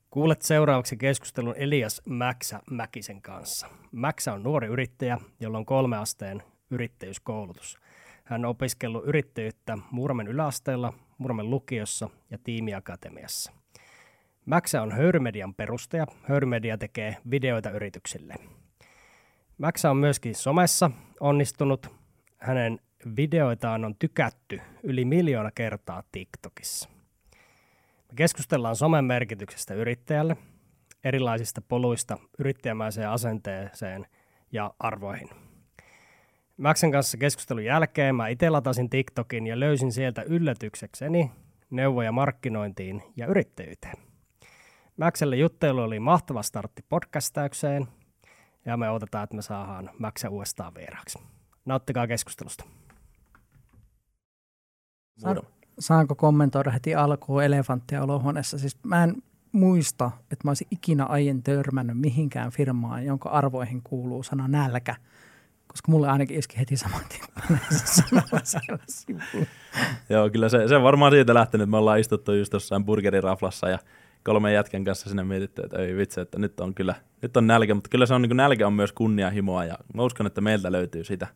Kuulet seuraavaksi keskustelun Elias Mäksä Mäkisen kanssa. Mäksä on nuori yrittäjä, jolla on 3 asteen yrittäjyyskoulutus. Hän on opiskellut yrittäjyyttä Muuramen yläasteella, Muuramen lukiossa ja Tiimiakatemiassa. Mäksä on Höyrymedian perustaja. Höyrymedia tekee videoita yrityksille. Mäksä on myöskin somessa onnistunut. Hänen videoitaan on tykätty yli 1 miljoona kertaa TikTokissa. Me keskustellaan somen merkityksestä yrittäjälle, erilaisista poluista yrittäjämäiseen asenteeseen ja arvoihin. Mäksän kanssa keskustelun jälkeen mä itse latasin TikTokin ja löysin sieltä yllätyksekseni neuvoja markkinointiin ja yrittäjyyteen. Mäksälle juttelu oli mahtava startti podcastäykseen ja me odotetaan, että me saadaan Mäksä uudestaan vieraaksi. Nauttikaa keskustelusta. Saanko kommentoida heti alkuun elefanttia olohuoneessa? Siis mä en muista, että mä olisin ikinä aien törmännyt mihinkään firmaan, jonka arvoihin kuuluu sana nälkä. Koska mulle ainakin iski heti saman tien sanalla siellä sivulla. Joo, kyllä se on varmaan siitä lähtenyt. Me ollaan istuttu just jossain burgeriraflassa ja 3 jätkän kanssa sinne mietitty, että ei vitsi, että nyt on nälkä. Mutta kyllä se on, niin kuin nälkä on myös kunnianhimoa ja mä uskon, että meiltä löytyy sitä.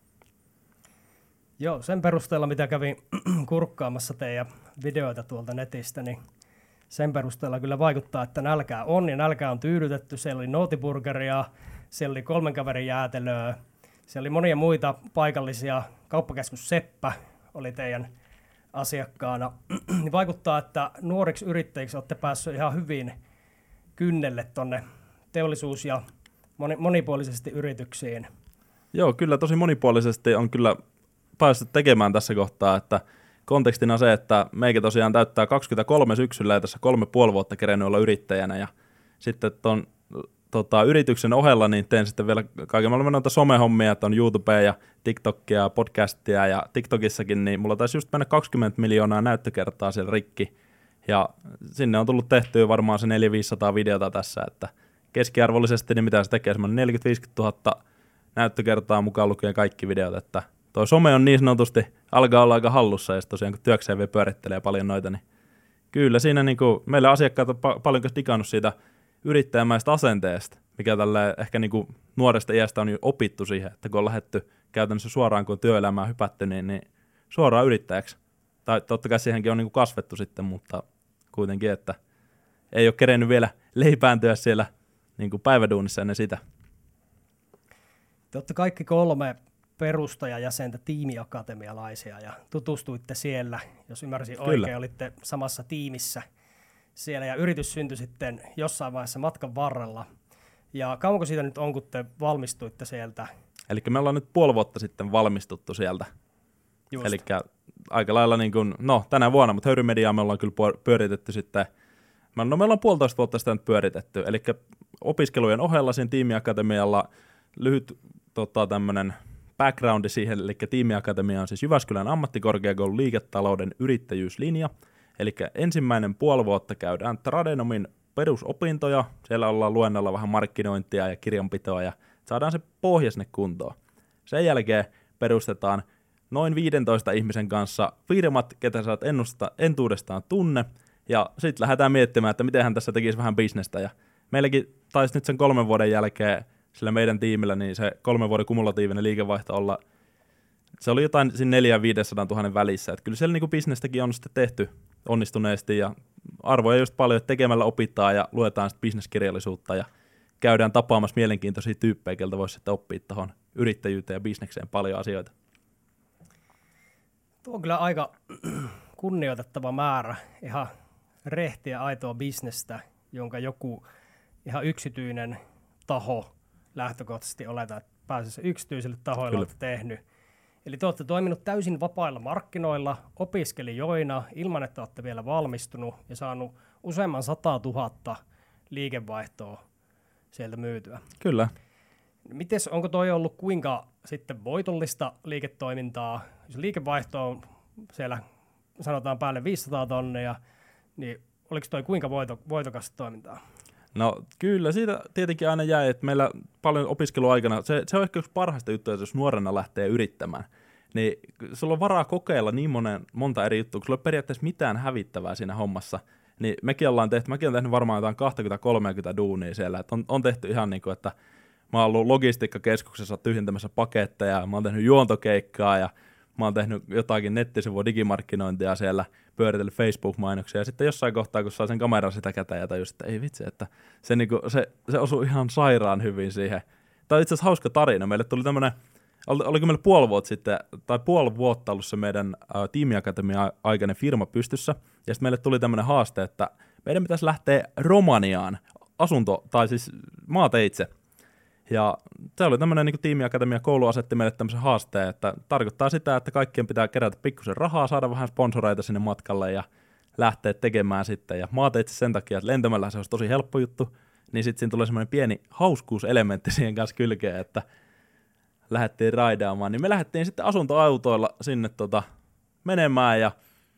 Joo, sen perusteella, mitä kävin kurkkaamassa teidän videoita tuolta netistä, niin sen perusteella kyllä vaikuttaa, että nälkää on ja nälkää on tyydytetty. Siellä oli nootiburgeria, siellä oli 3 kaverin jäätelöä, siellä oli monia muita paikallisia. Kauppakeskus Seppä oli teidän asiakkaana. Vaikuttaa, että nuoriksi yrittäjiksi olette päässeet ihan hyvin kynnelle tuonne teollisuus- ja monipuolisesti yrityksiin. Joo, kyllä tosi monipuolisesti on kyllä päässyt tekemään tässä kohtaa, että kontekstina se, että meikä tosiaan täyttää 23 syksyllä ja tässä 3,5 vuotta kerennyt olla yrittäjänä ja sitten ton yrityksen ohella niin teen sitten vielä kaiken maailman noita somehommia, että on YouTubea ja TikTokia, podcastia ja TikTokissakin, niin mulla taisi just mennä 20 miljoonaa näyttökertaa siellä rikki ja sinne on tullut tehtyä varmaan se 400-500 videota tässä, että keskiarvollisesti niin mitä se tekee, semmoinen 40-50 000 näyttökertaa mukaan lukien kaikki videot, että toi some on niin sanotusti alkaa olla aika hallussa, ja tosiaan kun työkseen vielä pyörittelee paljon noita, niin kyllä siinä niin kuin, meillä asiakkaat on paljon digannut siitä yrittäjämäistä asenteesta, mikä tällä ehkä niin kuin nuoresta iästä on jo opittu siihen, että kun on lähdetty käytännössä suoraan, kun on työelämään hypätty, niin suoraan yrittäjäksi. Tai totta kai siihenkin on niin kuin kasvettu sitten, mutta kuitenkin, että ei ole kerennyt vielä leipääntyä siellä niin kuin päiväduunissa ennen sitä. Te olette kaikki 3 perustajajäsentä tiimiakatemialaisia ja tutustuitte siellä, jos ymmärsin oikein, olitte samassa tiimissä siellä ja yritys syntyi sitten jossain vaiheessa matkan varrella. Ja kauanko siitä nyt on, kun te valmistuitte sieltä? Eli me ollaan nyt 5,5 vuotta sitten valmistuttu sieltä. Eli aika lailla niin kuin, tänä vuonna, mutta Höyrymediaa me ollaan kyllä pyöritetty sitten, me ollaan 1,5 vuotta sitä nyt pyöritetty. Eli opiskelujen ohella siinä tiimiakatemialla lyhyt tämmöinen backgroundi siihen, eli Tiimiakatemia on siis Jyväskylän ammattikorkeakoulun liiketalouden yrittäjyyslinja, eli ensimmäinen 5,5 vuotta käydään Tradenomin perusopintoja, siellä ollaan luennolla vähän markkinointia ja kirjanpitoa ja saadaan se pohja sinne kuntoon. Sen jälkeen perustetaan noin 15 ihmisen kanssa firmat, ketä sä oot entuudestaan tunne, ja sitten lähdetään miettimään, että mitenhän tässä tekisi vähän bisnestä, ja meilläkin taisi nyt sen 3 vuoden jälkeen sillä meidän tiimillä, niin se 3 vuoden kumulatiivinen liikevaihto olla, se oli jotain siinä 400 000 välissä, että kyllä siellä niinku bisnestäkin on sitten tehty onnistuneesti, ja arvoja just paljon, että tekemällä opitaan ja luetaan sitten bisneskirjallisuutta, ja käydään tapaamassa mielenkiintoisia tyyppejä, keltä voisi sitten oppia tuohon yrittäjyyteen ja bisnekseen paljon asioita. Tuo on kyllä aika kunnioitettava määrä ihan rehtiä aitoa bisnestä, jonka joku ihan yksityinen taho lähtökohtaisesti oletaan, että pääsisi yksityisille tahoille olette tehnyt. Eli te olette toiminut täysin vapailla markkinoilla, opiskelijoina, ilman että olette vielä valmistunut ja saanut useamman 100 000 liikevaihtoa sieltä myytyä. Kyllä. Mites, onko toi ollut kuinka sitten voitollista liiketoimintaa? Jos liikevaihto on siellä sanotaan päälle 500 tonnia, niin oliko toi kuinka voitokasta toimintaa? No kyllä, siitä tietenkin aina jäi, että meillä paljon opiskeluaikana, se on ehkä yksi parhaista juttuja, jos nuorena lähtee yrittämään, niin sulla on varaa kokeilla niin monta eri juttua, kun sulla ei ole periaatteessa mitään hävittävää siinä hommassa. niin mäkin olen tehnyt varmaan jotain 20-30 duunia siellä, että on tehty ihan niin kuin, että mä oon ollut logistiikkakeskuksessa tyhjentämässä paketteja, mä oon tehnyt juontokeikkaa ja mä oon tehnyt jotakin nettisivua digimarkkinointia siellä, pyöritellyt Facebook-mainoksia ja sitten jossain kohtaa, kun saa sen kameran sitä käteen ja tajus, että ei vitsi, että se osui ihan sairaan hyvin siihen. Tämä on itse asiassa hauska tarina. Meille tuli tämmöinen, oliko meillä puoli vuotta ollut se meidän tiimiakatemia-aikainen firma pystyssä ja sitten meille tuli tämmöinen haaste, että meidän pitäisi lähteä Romaniaan maateitse. Ja se oli tämmöinen niin tiimiakatemia koulu asetti meille tämmöisen haasteen, että tarkoittaa sitä, että kaikkien pitää kerätä pikkusen rahaa, saada vähän sponsoreita sinne matkalle ja lähteä tekemään sitten. Ja maateitse sen takia, että lentämällä se olisi tosi helppo juttu, niin sitten siinä tulee semmoinen pieni hauskuuselementti siihen kanssa kylkeen, että lähdettiin raidaamaan. Niin me lähdettiin sitten asuntoautoilla sinne menemään ja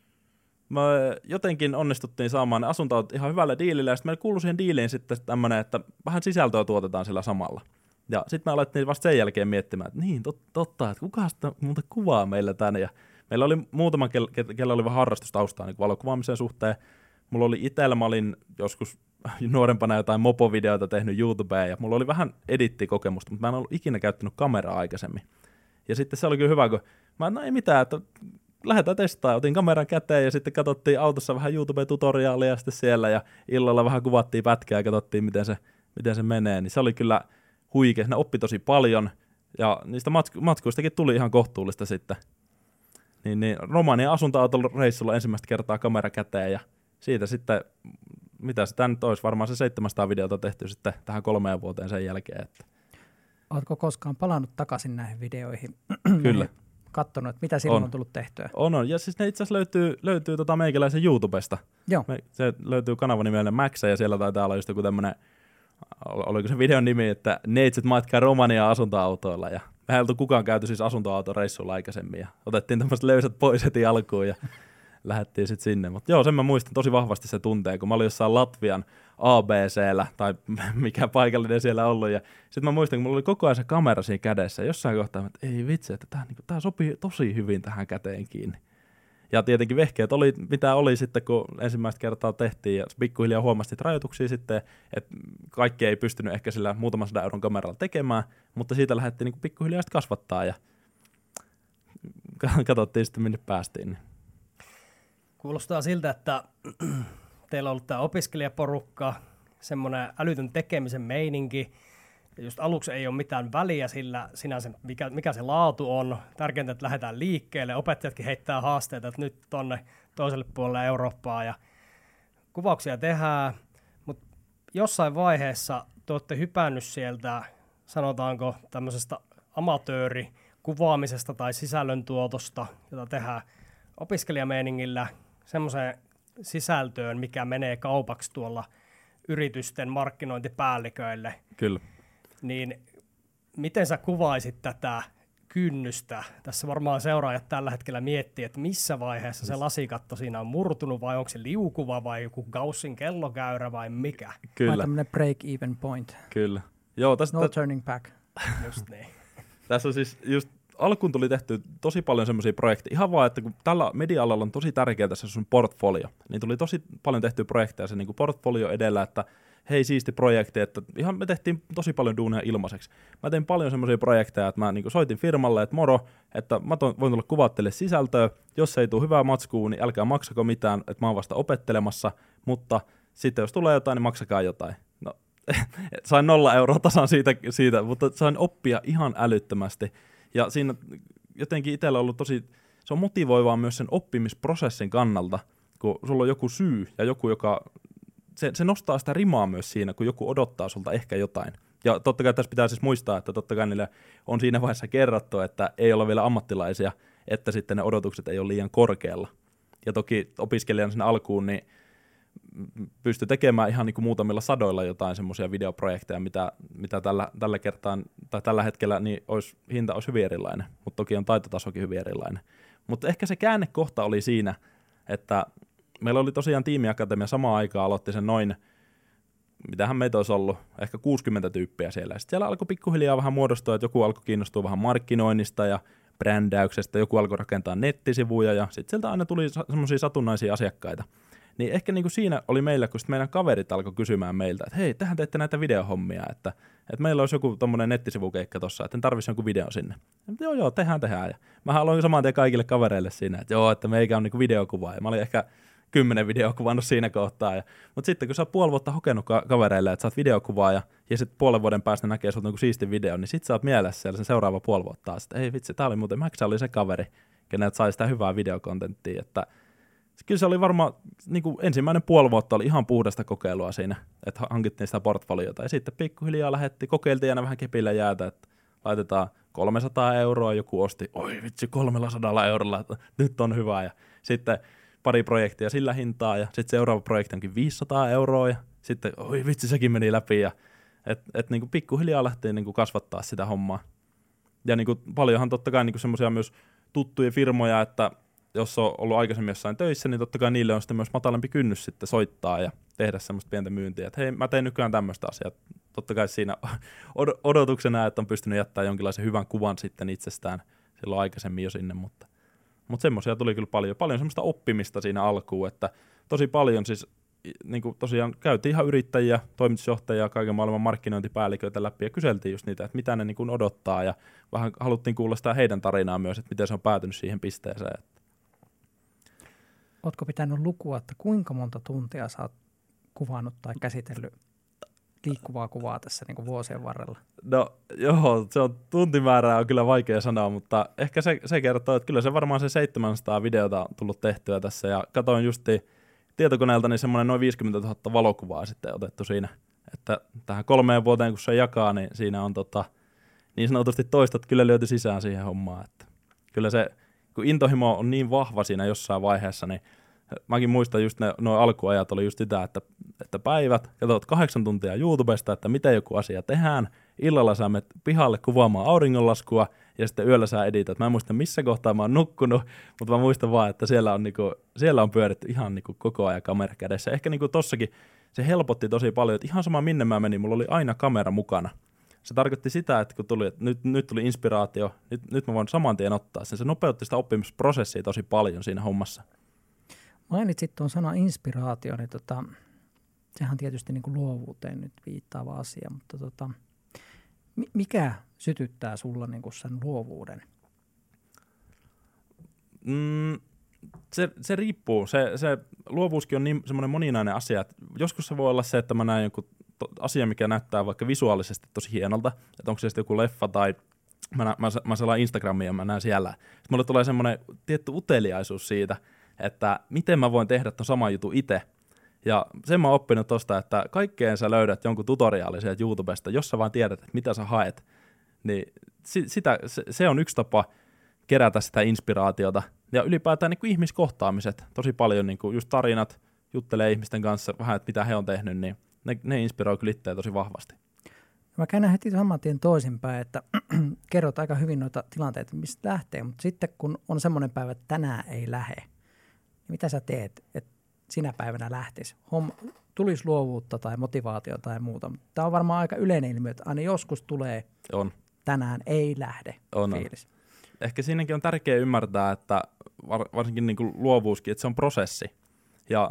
me jotenkin onnistuttiin saamaan ne asuntoautot ihan hyvällä diilillä, ja sitten meillä kuului siihen diiliin sitten tämmöinen, että vähän sisältöä tuotetaan sillä samalla. Ja sitten me alettiin vasta sen jälkeen miettimään, että niin, totta, että kuka sitä muuta kuvaa meillä tänne. Ja meillä oli muutama, kellä oli vähän harrastustaustaa niin valokuvaamisen suhteen. Mulla oli itsellä, mä olin joskus nuorempana jotain mopovideoita tehnyt YouTubeen, ja mulla oli vähän edittikokemusta, mutta mä en ollut ikinä käyttänyt kameraa aikaisemmin. Ja sitten se oli kyllä hyvä, kun no ei mitään, että lähdetään testaamaan. Otin kameran käteen ja sitten katsottiin autossa vähän YouTube-tutoriaalia sitten siellä ja illalla vähän kuvattiin pätkää ja katsottiin, miten se menee. Niin se oli kyllä huikea. Ne oppi tosi paljon ja niistä matkuistakin tuli ihan kohtuullista sitten. Niin Romanian asuntoautolla reissulla ensimmäistä kertaa kamera käteen ja siitä sitten, mitä sitä nyt olisi, varmaan se 700 videota tehty sitten tähän 3 vuoteen sen jälkeen. Että. Oletko koskaan palannut takaisin näihin videoihin? Kyllä. Katsonut, että mitä silloin on tullut tehtyä. On. Ja siis ne itse asiassa löytyy meikäläisen YouTubesta. Joo. Se löytyy kanavan nimellä Max, ja siellä taitaa olla just joku tämmönen, oliko se videon nimi, että neitsyt matkaa Romaniaan asuntoautoilla. Ja mehän ei oltu kukaan käyty siis asuntoautoreissulla aikaisemmin. Ja otettiin tämmöiset löysät pois heti alkuun ja lähdettiin sitten sinne. Mutta joo, sen mä muistan tosi vahvasti se tunteen, kun mä olin jossain Latvian ABC:llä tai mikä paikallinen siellä ollut. Ja sitten mä muistan, kun mulla oli koko ajan se kamera siinä kädessä. Jossain kohtaa, että ei vitsi, että tää sopii tosi hyvin tähän käteen kiinni. Ja tietenkin vehkeet oli, mitä oli sitten, kun ensimmäistä kertaa tehtiin. Ja pikkuhiljaa huomasit rajoituksia sitten, että kaikki ei pystynyt ehkä sillä muutaman 100 euron kameralla tekemään. Mutta siitä lähdettiin niin pikkuhiljaa sitten kasvattaa ja katsottiin sitten, minne päästiin. Kuulostaa siltä, että teillä on ollut tämä opiskelijaporukka, semmoinen älytön tekemisen meininki. Ja just aluksi ei ole mitään väliä sillä sinänsä, mikä se laatu on. Tärkeintä, että lähdetään liikkeelle. Opettajatkin heittää haasteita, että nyt tonne toiselle puolelle Eurooppaa ja kuvauksia tehdään. Mutta jossain vaiheessa te olette hypännyt sieltä, sanotaanko tämmöisestä amatöörikuvaamisesta tai sisällöntuotosta, jota tehdään opiskelijameiningillä, semmoiseen sisältöön, mikä menee kaupaksi tuolla yritysten markkinointipäälliköille. Kyllä. Niin miten sä kuvaisit tätä kynnystä? Tässä varmaan seuraajat tällä hetkellä miettii, että missä vaiheessa se lasikatto siinä on murtunut, vai onko se liukuva, vai joku Gaussin kellokäyrä, vai mikä? Kyllä. Vai tämmöinen break-even point. Kyllä. Joo, no turning back. Just niin. Tässä on siis just alkuun tuli tehty tosi paljon semmoisia projekteja. Ihan vaan, että kun tällä media-alalla on tosi tärkeää se sun portfolio, niin tuli tosi paljon tehtyä projekteja se niin kuin portfolio edellä, että hei siisti projekti, että ihan me tehtiin tosi paljon duunia ilmaiseksi. Mä tein paljon semmoisia projekteja, että mä niin kuin soitin firmalle, että moro, että mä voin tulla kuvattele sisältöä, jos ei tule hyvää matskua, niin älkää maksako mitään, että mä oon vasta opettelemassa, mutta sitten jos tulee jotain, niin maksakaa jotain. No, sain 0 euroa tasan siitä, mutta sain oppia ihan älyttömästi. Ja siinä jotenkin itsellä on ollut se on motivoivaa myös sen oppimisprosessin kannalta, kun sulla on joku syy ja joku, joka, se nostaa sitä rimaa myös siinä, kun joku odottaa sulta ehkä jotain. Ja totta kai tässä pitää siis muistaa, että totta kai niille on siinä vaiheessa kerrottu, että ei ole vielä ammattilaisia, että sitten ne odotukset ei ole liian korkealla. Ja toki opiskelijan sinne alkuun, niin pystyi tekemään ihan niin kuin muutamilla sadoilla jotain semmoisia videoprojekteja, mitä tällä kertaa tai tällä hetkellä niin hinta olisi hyvin erilainen, mutta toki on taitotasokin hyvin erilainen. Mutta ehkä se käännekohta oli siinä, että meillä oli tosiaan tiimiakatemia samaan aikaan, aloitti sen noin, mitähän meitä olisi ollut, ehkä 60 tyyppiä siellä. Sitten siellä alkoi pikkuhiljaa vähän muodostua, että joku alkoi kiinnostua vähän markkinoinnista ja brändäyksestä, joku alkoi rakentaa nettisivuja ja sitten sieltä aina tuli semmoisia satunnaisia asiakkaita. Niin ehkä niin kuin siinä oli meillä, kun meidän kaverit alkoi kysymään meiltä, että hei, tehän teette näitä videohommia, että meillä olisi joku tommonen nettisivukeikka tossa, että en tarvitsisi jonkun video sinne. Joo, tehdään. Ja mä aloin saman tien kaikille kavereille siinä, että joo, että meikä on niin kuin videokuvaa. Ja mä olin ehkä 10 videoa kuvannut siinä kohtaa. Mutta sitten kun sä oot puoli vuotta hokenut kavereille, että sä oot videokuvaa ja sitten puolen vuoden päästä näkee sulta niin siisti video, niin sit sä oot mielessä siellä sen seuraava puoli vuotta taas, että ei vitsi, tää oli muuten, Max oli se kaveri, keneltä sai sitä hyvää videokontenttia, että kyllä se oli varmaan, niin kuin ensimmäinen puoli vuotta oli ihan puhdasta kokeilua siinä, että hankittiin sitä portfoliota ja sitten pikkuhiljaa kokeiltiin aina vähän kepillä jäätä, että laitetaan 300 €, joku osti, oi vitsi 300 eurolla, että nyt on hyvä ja sitten pari projektia sillä hintaa ja sitten seuraava projekti onkin 500 € ja sitten oi vitsi sekin meni läpi ja et niin kuin pikkuhiljaa lähtee niin kuin kasvattaa sitä hommaa. Ja niin kuin paljonhan totta kai niin semmoisia myös tuttuja firmoja, että jos on ollut aikaisemmin jossain töissä, niin totta kai niille on sitten myös matalampi kynnys sitten soittaa ja tehdä semmoista pientä myyntiä, että hei, mä teen nykyään tämmöistä asiaa. Totta kai siinä odotuksena, että on pystynyt jättämään jonkinlaisen hyvän kuvan sitten itsestään silloin aikaisemmin jo sinne, mutta semmoisia tuli kyllä paljon semmoista oppimista siinä alkuun, että tosi paljon siis niin kuin tosiaan käytiin ihan yrittäjiä, toimitusjohtajia, kaiken maailman markkinointipäälliköitä läpi ja kyseltiin just niitä, että mitä ne niin kuin odottaa ja vähän haluttiin kuulla sitä heidän tarinaa myös, että miten se on päätynyt siihen pisteeseen. Ootko pitänyt lukua, että kuinka monta tuntia sä oot kuvannut tai käsitellyt liikkuvaa kuvaa tässä niin kuin vuosien varrella? No joo, se on tuntimäärää on kyllä vaikea sanoa, mutta ehkä se kertoo, että kyllä se varmaan se 700 videota on tullut tehtyä tässä ja katoin justiin tietokoneelta niin semmoinen noin 50 000 valokuvaa sitten otettu siinä, että tähän 3 vuoteen kun se jakaa, niin siinä on niin sanotusti toistot kyllä lyöty sisään siihen hommaan, että kyllä se, kun intohimo on niin vahva siinä jossain vaiheessa, niin mäkin muistan just nuo alkuajat oli just sitä, että päivät, katsot 8 tuntia YouTubesta, että miten joku asia tehdään, illalla sä menet pihalle kuvaamaan auringonlaskua, ja sitten yöllä sä editat. Mä en muista missä kohtaa mä oon nukkunut, mutta mä muistan vaan, että siellä on pyöritty ihan niinku koko ajan kamera kädessä. Ehkä niinku tossakin se helpotti tosi paljon, että ihan sama minne mä menin, mulla oli aina kamera mukana. Se tarkoitti sitä, että kun tuli, että nyt tuli inspiraatio, nyt mä voin saman tien ottaa sen. Se nopeutti sitä oppimisprosessia tosi paljon siinä hommassa. Mainitsit tuon sana inspiraatio, niin sehän on tietysti niin kuin luovuuteen nyt viittaava asia, mutta mikä sytyttää sulla niin kuin sen luovuuden? Se riippuu. Se luovuuskin on niin semmoinen moninainen asia, että joskus se voi olla se, että mä näen joku asia, mikä näyttää vaikka visuaalisesti tosi hienolta, että onko se sitten joku leffa tai mä selaan Instagramia ja mä näen siellä. Sitten mulle tulee semmoinen tietty uteliaisuus siitä, että miten mä voin tehdä ton saman jutun itse. Ja sen mä oon oppinut tosta, että kaikkeen sä löydät jonkun tutoriaalin sieltä YouTubesta, jos sä vaan tiedät, että mitä sä haet. Niin se on yksi tapa kerätä sitä inspiraatiota. Ja ylipäätään niin kuin ihmiskohtaamiset, tosi paljon niin kuin just tarinat, juttelee ihmisten kanssa vähän, että mitä he on tehnyt, niin ne inspiroi kyllä itseä tosi vahvasti. Mä käännän heti saman tien toisinpäin, että kerrot aika hyvin noita tilanteita, mistä lähtee, mutta sitten kun on semmoinen päivä, että tänään ei lähe, niin mitä sä teet, että sinä päivänä lähtisi? Tulisi luovuutta tai motivaatiota tai muuta. Tämä on varmaan aika yleinen ilmiö, että aina joskus tulee tänään ei lähde fiilis. Ehkä siinäkin on tärkeää ymmärtää, että varsinkin niin kuin luovuuskin, että se on prosessi. Ja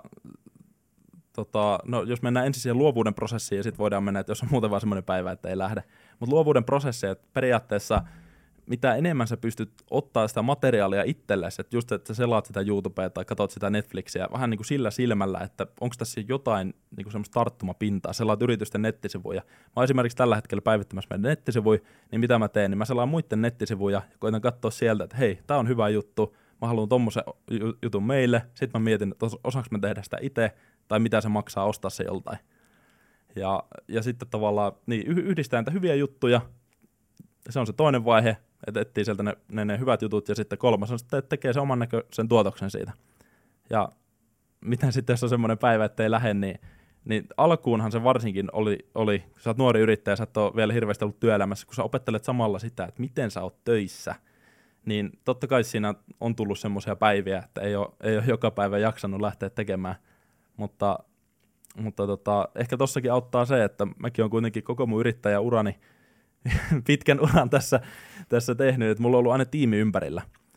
jos mennään ensin siihen luovuuden prosessiin ja sitten voidaan mennä, että jos on muuten vaan semmoinen päivä, että ei lähde. Mutta luovuuden prosessi, että periaatteessa mitä enemmän sä pystyt ottaa sitä materiaalia itsellesi, että just että sä selaat sitä YouTubea tai katsot sitä Netflixiä vähän niin kuin sillä silmällä, että onko tässä jotain niin kuin semmoista tarttumapintaa, selaat yritysten nettisivuja. Mä oon esimerkiksi tällä hetkellä päivittämässä meidän nettisivuja, niin mitä mä teen, niin mä selaan muiden nettisivuja ja koitan katsoa sieltä, että hei, tää on hyvä juttu, mä haluan tommosen jutun meille, sit mä mietin, että osaanko mä tehdä sitä itse, tai mitä se maksaa ostaa se joltain. Ja sitten tavallaan niin yhdistää niitä hyviä juttuja, se on se toinen vaihe, että etsii sieltä ne hyvät jutut, ja sitten kolmas on sitten, että tekee se oman näköisen tuotoksen siitä. Ja miten sitten, jos on semmoinen päivä, että ei lähde, niin alkuunhan se varsinkin oli, kun sä oot nuori yrittäjä, sä et ole vielä hirveästi ollut työelämässä, kun sä opettelet samalla sitä, että miten sä oot töissä, niin totta kai siinä on tullut semmoisia päiviä, että ei ole joka päivä jaksanut lähteä tekemään, mutta ehkä tossakin auttaa se, että mäkin on kuitenkin koko mun yrittäjäurani pitkän uran tässä tehnyt, että mulla on ollut aina tiimi ympärillä.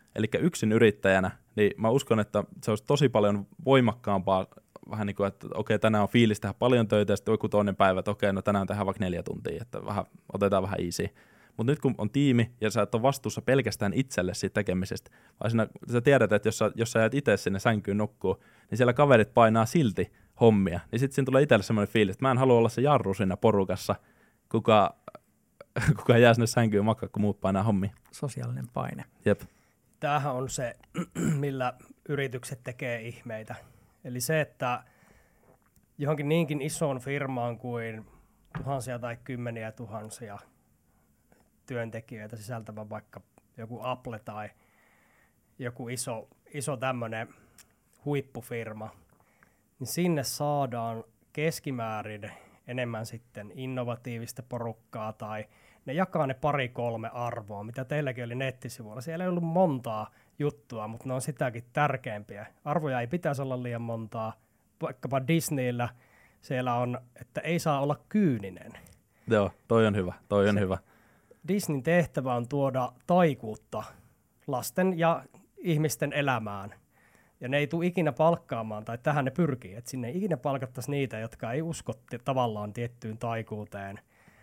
Eli yksin yrittäjänä, niin mä uskon, että se olisi tosi paljon voimakkaampaa, vähän niin kuin, että okei, tänään on fiilis tehdä paljon töitä, ja sitten joku toinen päivä, että okei, no tänään tehdään vaikka 4 tuntia, että otetaan vähän easy. Mutta nyt kun on tiimi, ja sä et ole vastuussa pelkästään itselle siitä tekemisestä, vaan sä tiedät, että jos sä jäät itse sinne sänkyyn nukkuu, niin siellä kaverit painaa silti hommia. Niin sitten siinä tulee itselle semmoinen fiilis, että mä en halua olla se jarru siinä porukassa, kuka jää sinne sänkyyn makaa, kun muut painaa hommia. Sosiaalinen paine. Jep. Tämähän on se, millä yritykset tekee ihmeitä. Eli se, että johonkin niinkin isoon firmaan kuin tuhansia tai kymmeniä tuhansia työntekijöitä sisältävä vaikka joku Apple tai joku iso tämmöinen huippufirma, niin sinne saadaan keskimäärin enemmän sitten innovatiivista porukkaa tai ne jakaa ne 2-3 arvoa, mitä teilläkin oli nettisivuilla. Siellä ei ollut montaa juttua, mutta ne on sitäkin tärkeämpiä. Arvoja ei pitäisi olla liian montaa. Vaikkapa Disneyllä siellä on, että ei saa olla kyyninen. Joo, toi on hyvä. Disneyn tehtävä on tuoda taikuutta lasten ja ihmisten elämään. Ja ne ei tule ikinä palkkaamaan, tai tähän ne pyrkii, että sinne ei ikinä palkattaisi niitä, jotka ei usko tavallaan tiettyyn taikuuteen.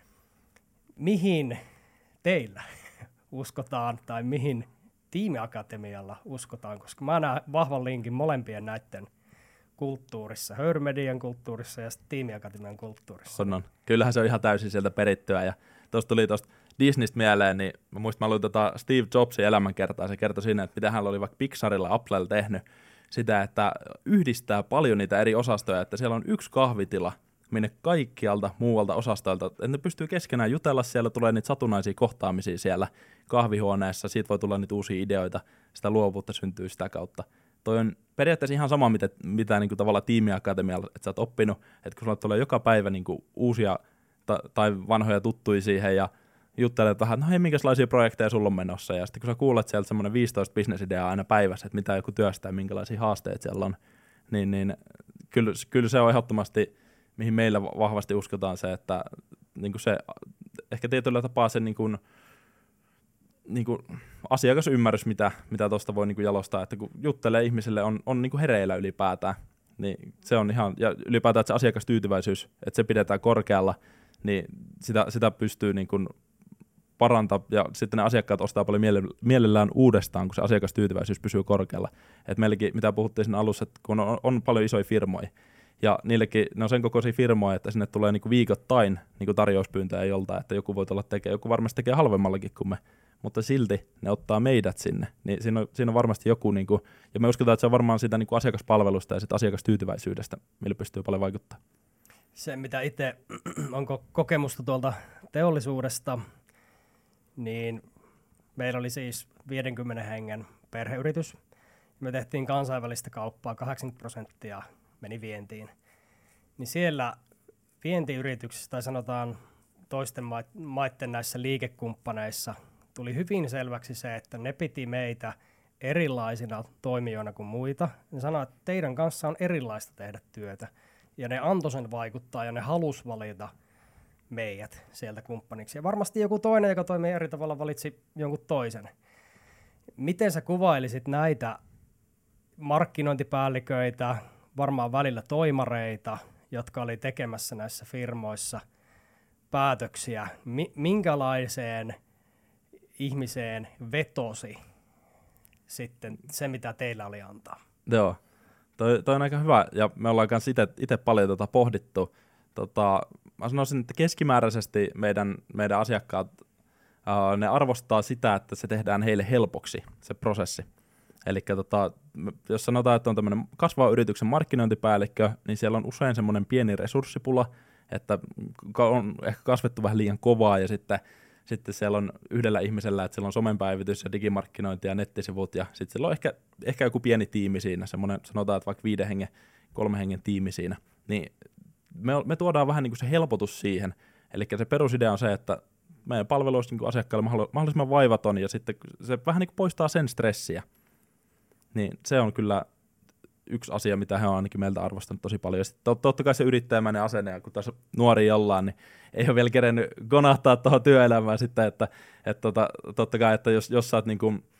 Mihin teillä uskotaan, tai mihin Tiimiakatemialla uskotaan, koska mä näen vahvan linkin molempien näiden kulttuurissa, Höyrymedian kulttuurissa ja Tiimiakatemian kulttuurissa. On. Kyllähän se on ihan täysin sieltä perittyä, ja tuosta tuli Disneystä mieleen, niin mä luin Steve Jobsin elämänkertaa, se kertoi siinä, että mitä hän oli vaikka Pixarilla, Applella tehnyt, sitä, että yhdistää paljon niitä eri osastoja, että siellä on yksi kahvitila, minne kaikkialta muualta osastoilta, että ne pystyy keskenään jutella, siellä tulee niitä satunnaisia kohtaamisia siellä kahvihuoneessa, siitä voi tulla niitä uusia ideoita, sitä luovuutta syntyy sitä kautta. Toi on periaatteessa ihan sama, mitä niin kuin tavallaan Tiimiakatemialla, että sä oot oppinut, että kun sulla tulee joka päivä niin kuin uusia tai vanhoja tuttuja siihen ja juttelet vähän, että no hei, minkälaisia projekteja sulla on menossa, ja sitten kun sä kuulet sieltä semmoinen 15 bisnesideaa aina päivässä, että mitä joku työstää ja minkälaisia haasteita siellä on, niin kyllä se on ehdottomasti, mihin meillä vahvasti uskotaan se, että niin kuin se, ehkä tietyllä tapaa se niin kuin asiakasymmärrys, mitä tuosta voi niin kuin jalostaa, että kun juttelee ihmisille, on niin kuin hereillä ylipäätään, niin se on ihan, ja ylipäätään, että se asiakastyytyväisyys, että se pidetään korkealla, niin sitä pystyy niin kuin parantaa, ja sitten ne asiakkaat ostaa paljon mielellään uudestaan, kun se asiakastyytyväisyys pysyy korkealla. Et meilläkin, mitä puhuttiin siinä alussa, että kun on paljon isoja firmoja, ja niillekin ne on sen kokoisia firmoja, että sinne tulee niinku viikoittain niinku tarjouspyyntöjä joltain, että joku voi tulla tekemään, joku varmasti tekee halvemmallakin kuin me, mutta silti ne ottaa meidät sinne, niin siinä on varmasti joku, niinku, ja me uskotaan, että se on varmaan sitä niinku asiakaspalvelusta ja sitä asiakastyytyväisyydestä, millä pystyy paljon vaikuttaa. Se, mitä itse onko kokemusta tuolta teollisuudesta, niin meillä oli siis 50 hengen perheyritys. Me tehtiin kansainvälistä kauppaa, 80% meni vientiin. Niin siellä vientiyrityksissä, tai sanotaan toisten maiden näissä liikekumppaneissa, tuli hyvin selväksi se, että ne piti meitä erilaisina toimijoina kuin muita. Ne sanoi, että teidän kanssa on erilaista tehdä työtä. Ja ne antoi sen vaikuttaa ja ne halusi valita meidät sieltä kumppaniksi. Ja varmasti joku toinen, joka toimii eri tavalla, valitsi jonkun toisen. Miten sä kuvailisit näitä markkinointipäälliköitä, varmaan välillä toimareita, jotka oli tekemässä näissä firmoissa päätöksiä? Minkälaiseen ihmiseen vetosi sitten se, mitä teillä oli antaa? Joo, toi on aika hyvä, ja me ollaan myös itse paljon pohdittu. Mä sanoisin, että keskimääräisesti meidän asiakkaat, ne arvostaa sitä, että se tehdään heille helpoksi, se prosessi. Eli jos sanotaan, että on tämmöinen kasvava yrityksen markkinointipäällikkö, niin siellä on usein semmoinen pieni resurssipula, että on ehkä kasvettu vähän liian kovaa, ja sitten siellä on yhdellä ihmisellä, että siellä on somenpäivitys ja digimarkkinointi ja nettisivut, ja sitten siellä on ehkä joku pieni tiimi siinä, semmoinen, sanotaan, että vaikka 3 hengen tiimi siinä, niin me tuodaan vähän niin kuin se helpotus siihen, eli se perusidea on se, että meidän palvelu olisi niin kuin asiakkaalle mahdollisimman vaivaton, ja sitten se vähän niin kuin poistaa sen stressiä, niin se on kyllä yksi asia, mitä he on ainakin meiltä arvostanut tosi paljon. Ja sitten totta kai se yrittäjämäinen asenne, ja kun tässä nuoria ollaan, niin ei ole vielä kerennyt konahtaa tuohon työelämään sitten, että totta kai, että jos sä oot niin kuin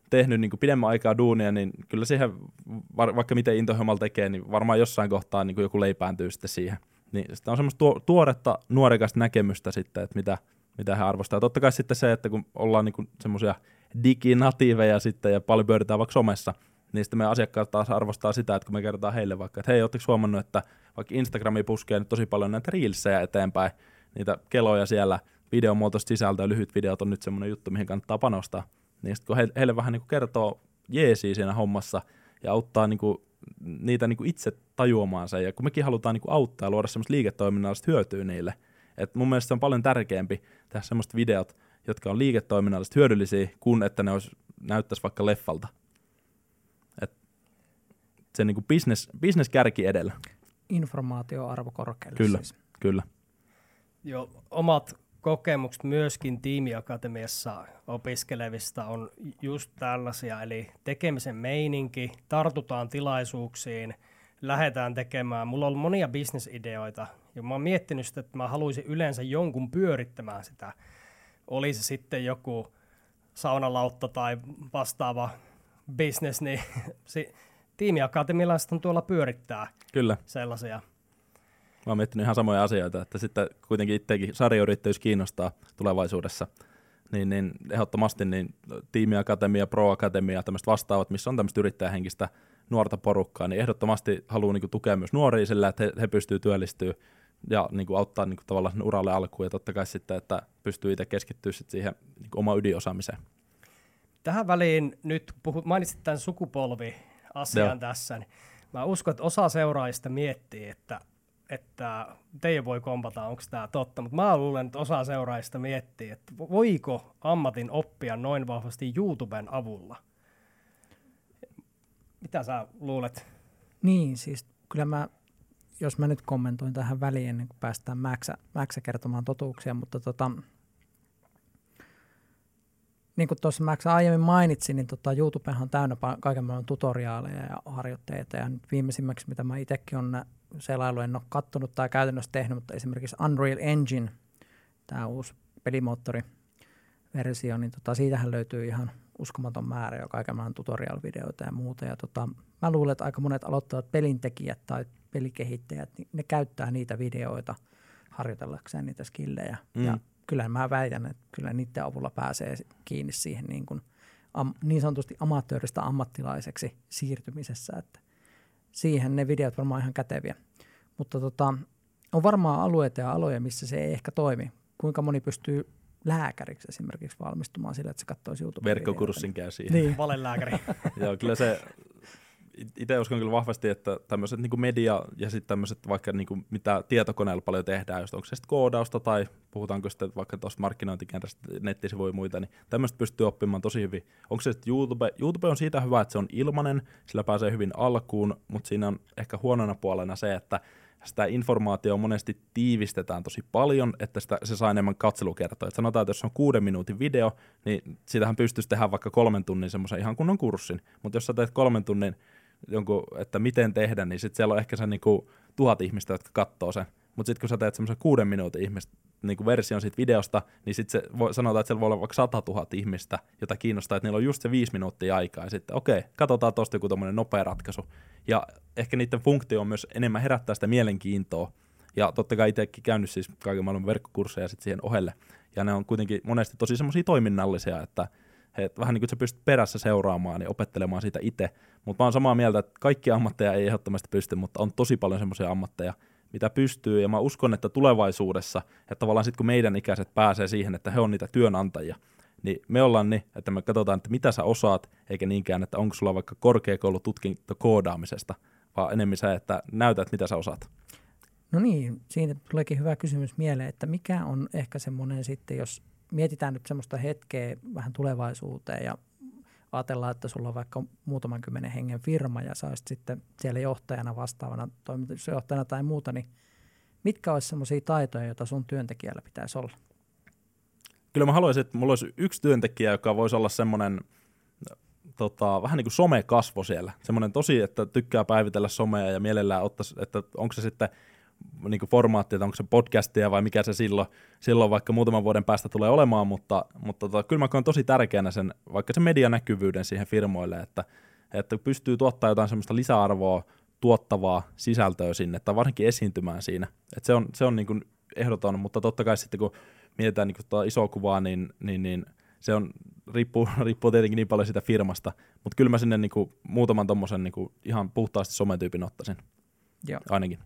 tehnyt niin kuin pidemmän aikaa duunia, niin kyllä siihen, vaikka miten intohimolla tekee, niin varmaan jossain kohtaa niin kuin joku leipääntyy sitten siihen. Niin sitä on semmoista tuoretta, nuorekasta näkemystä sitten, että mitä he arvostaa. Totta kai sitten se, että kun ollaan niin kuin semmoisia diginatiiveja sitten ja paljon pyöritään vaikka somessa, niin sitten meidän asiakkaat taas arvostaa sitä, että kun me kerrotaan heille vaikka, että hei, ootteko huomannut, että vaikka Instagrami puskee nyt tosi paljon näitä reelsejä eteenpäin, niitä keloja siellä, videomuotoista sisältöä, lyhyt videot on nyt semmoinen juttu, mihin kannattaa panostaa. Niin sitten kun heille vähän niin kuin kertoo jeesiä siinä hommassa ja auttaa niin kuin niitä niin kuin itse tajuamaan sen, ja kun mekin halutaan niin kuin auttaa ja luoda semmoista liiketoiminnallista hyötyä niille, että mun mielestä se on paljon tärkeämpi tehdä semmoista videot, jotka on liiketoiminnallisesti hyödyllisiä, kuin että ne näyttäisi vaikka leffalta. Et se niin kuin business kärki edellä. Informaatioarvo korkealle. Kyllä, siis. kyllä. Joo, omat kokemukset myöskin tiimiakatemiassa opiskelevista on just tällaisia, eli tekemisen meininki, tartutaan tilaisuuksiin, lähdetään tekemään. Mulla on ollut monia bisnesideoita, ja mä oon miettinyt sitä, että mä haluaisin yleensä jonkun pyörittämään sitä. Oli se sitten joku saunalautta tai vastaava business, niin tiimiakatemilaiset on tuolla pyörittää Kyllä. sellaisia. Mä oon miettinyt ihan samoja asioita, että sitten kuitenkin itsekin sarjayrittäjyys kiinnostaa tulevaisuudessa, niin ehdottomasti niin tiimiakatemia, pro-akatemia, tämmöiset vastaavat, missä on tämmöistä yrittäjähenkistä nuorta porukkaa, niin ehdottomasti haluaa niin kuin tukea myös nuoria sillä, että he pystyy työllistyä ja niin kuin auttaa niin kuin tavallaan sen uralle alkuun ja totta kai sitten, että pystyy itse keskittyä sitten siihen niin kuin omaan ydinosaamiseen. Tähän väliin nyt mainitsit tämän sukupolvi-asian tässä, niin mä uskon, että osa seuraajista miettii, että teidän voi kompata, onko tämä totta, mutta mä luulen, että osa seuraajista miettii, että voiko ammatin oppia noin vahvasti YouTuben avulla? Mitä sä luulet? Niin, siis kyllä jos mä nyt kommentoin tähän väliin ennen kuin päästään Mäksä kertomaan totuuksia, mutta niin kuin tuossa Mäksä aiemmin mainitsin, niin YouTubehan on täynnä kaiken maailman tutoriaaleja ja harjoitteita, ja nyt viimeisimmäksi, mitä mä itsekin on selailu, en ole kattonut tai käytännössä tehnyt, mutta esimerkiksi Unreal Engine, tämä uusi pelimoottoriversio, niin siitähän löytyy ihan uskomaton määrä jo kaiken maailman tutorial-videoita ja muuta, ja mä luulen, että aika monet aloittavat pelintekijät tai pelikehittäjät, niin ne käyttää niitä videoita harjoitellakseen niitä skillejä, ja kyllä mä väitän, että kyllä niiden avulla pääsee kiinni siihen niin sanotusti amatööristä ammattilaiseksi siirtymisessä, että siihen ne videot varmaan ihan käteviä. Mutta on varmaan alueita ja aloja, missä se ei ehkä toimi. Kuinka moni pystyy lääkäriksi esimerkiksi valmistumaan sillä, että se katsoisi YouTube-videoita. Verkkokurssin käy siihen. Niin. Valelääkäri. Joo, kyllä se, itse uskon kyllä vahvasti, että tämmöiset niin kuin media ja sitten tämmöiset vaikka niin kuin mitä tietokoneella paljon tehdään, just onko se sitten koodausta tai puhutaanko sitten vaikka tuosta markkinointikentästä, nettisivuja ja muita, niin tämmöistä pystyy oppimaan tosi hyvin. Onko se sitten YouTube? YouTube on siitä hyvä, että se on ilmainen, sillä pääsee hyvin alkuun, mutta siinä on ehkä huonona puolena se, että sitä informaatiota monesti tiivistetään tosi paljon, että se saa enemmän katselukertoja. Et sanotaan, että jos on 6 minuutin video, niin sitähän pystyisi tehdä vaikka 3 tunnin semmoisen ihan kunnon kurssin. Mutta jos sä teet 3 tunnin jonkun, että miten tehdä, niin sitten siellä on ehkä se niinku 1000 ihmistä, jotka katsoo sen. Mutta sitten kun sä teet semmoisen 6 minuutin niinku version siitä videosta, niin sitten sanotaan, että siellä voi olla vaikka 100 000 ihmistä, jota kiinnostaa, että niillä on just se 5 minuuttia aikaa. Ja sitten okei, katsotaan tosta joku tommoinen nopea ratkaisu. Ja ehkä niiden funktio on myös enemmän herättää sitä mielenkiintoa. Ja totta kai itsekin käynyt siis kaiken maailman verkkokursseja sitten siihen ohelle. Ja ne on kuitenkin monesti tosi semmoisia toiminnallisia, että vähän niin kuin sä pystyt perässä seuraamaan ja opettelemaan siitä itse. Mutta mä oon samaa mieltä, että kaikki ammatteja ei ehdottomasti pysty, mutta on tosi paljon semmoisia ammatteja, mitä pystyy. Ja mä uskon, että tulevaisuudessa, että tavallaan sitten kun meidän ikäiset pääsee siihen, että he on niitä työnantajia, niin me ollaan niin, että me katsotaan, että mitä sä osaat, eikä niinkään, että onko sulla vaikka korkeakoulututkinto koodaamisesta, vaan enemmän se, että näytät, mitä sä osaat. No niin, siinä tuleekin hyvä kysymys mieleen, että mikä on ehkä semmoinen sitten, jos mietitään nyt semmoista hetkeä vähän tulevaisuuteen ja ajatellaan, että sulla on vaikka muutaman 10 hengen firma ja sä olisit sitten siellä johtajana vastaavana, toimitusjohtajana tai muuta, niin mitkä olisi semmoisia taitoja, joita sun työntekijällä pitäisi olla? Kyllä mä haluaisin, että mulla olisi yksi työntekijä, joka voisi olla semmoinen vähän niin kuin somekasvo siellä. Semmoinen tosi, että tykkää päivitellä somea ja mielellään ottaisi, että onko se sitten niin kuin formaatti, että onko se podcastia vai mikä se silloin vaikka muutaman vuoden päästä tulee olemaan, mutta kyllä mä koen tosi tärkeänä sen, vaikka se medianäkyvyyden siihen firmoille, että pystyy tuottaa jotain semmoista lisäarvoa, tuottavaa sisältöä sinne, tai varsinkin esiintymään siinä. Että se on niin kuin ehdoton, mutta totta kai sitten kun mietitään niin kuin isoa kuvaa, niin se riippuu tietenkin niin paljon siitä firmasta, mutta kyllä mä sinne niin kuin muutaman tommosen niin kuin ihan puhtaasti sometyypin ottaisin. Joo. Ainakin.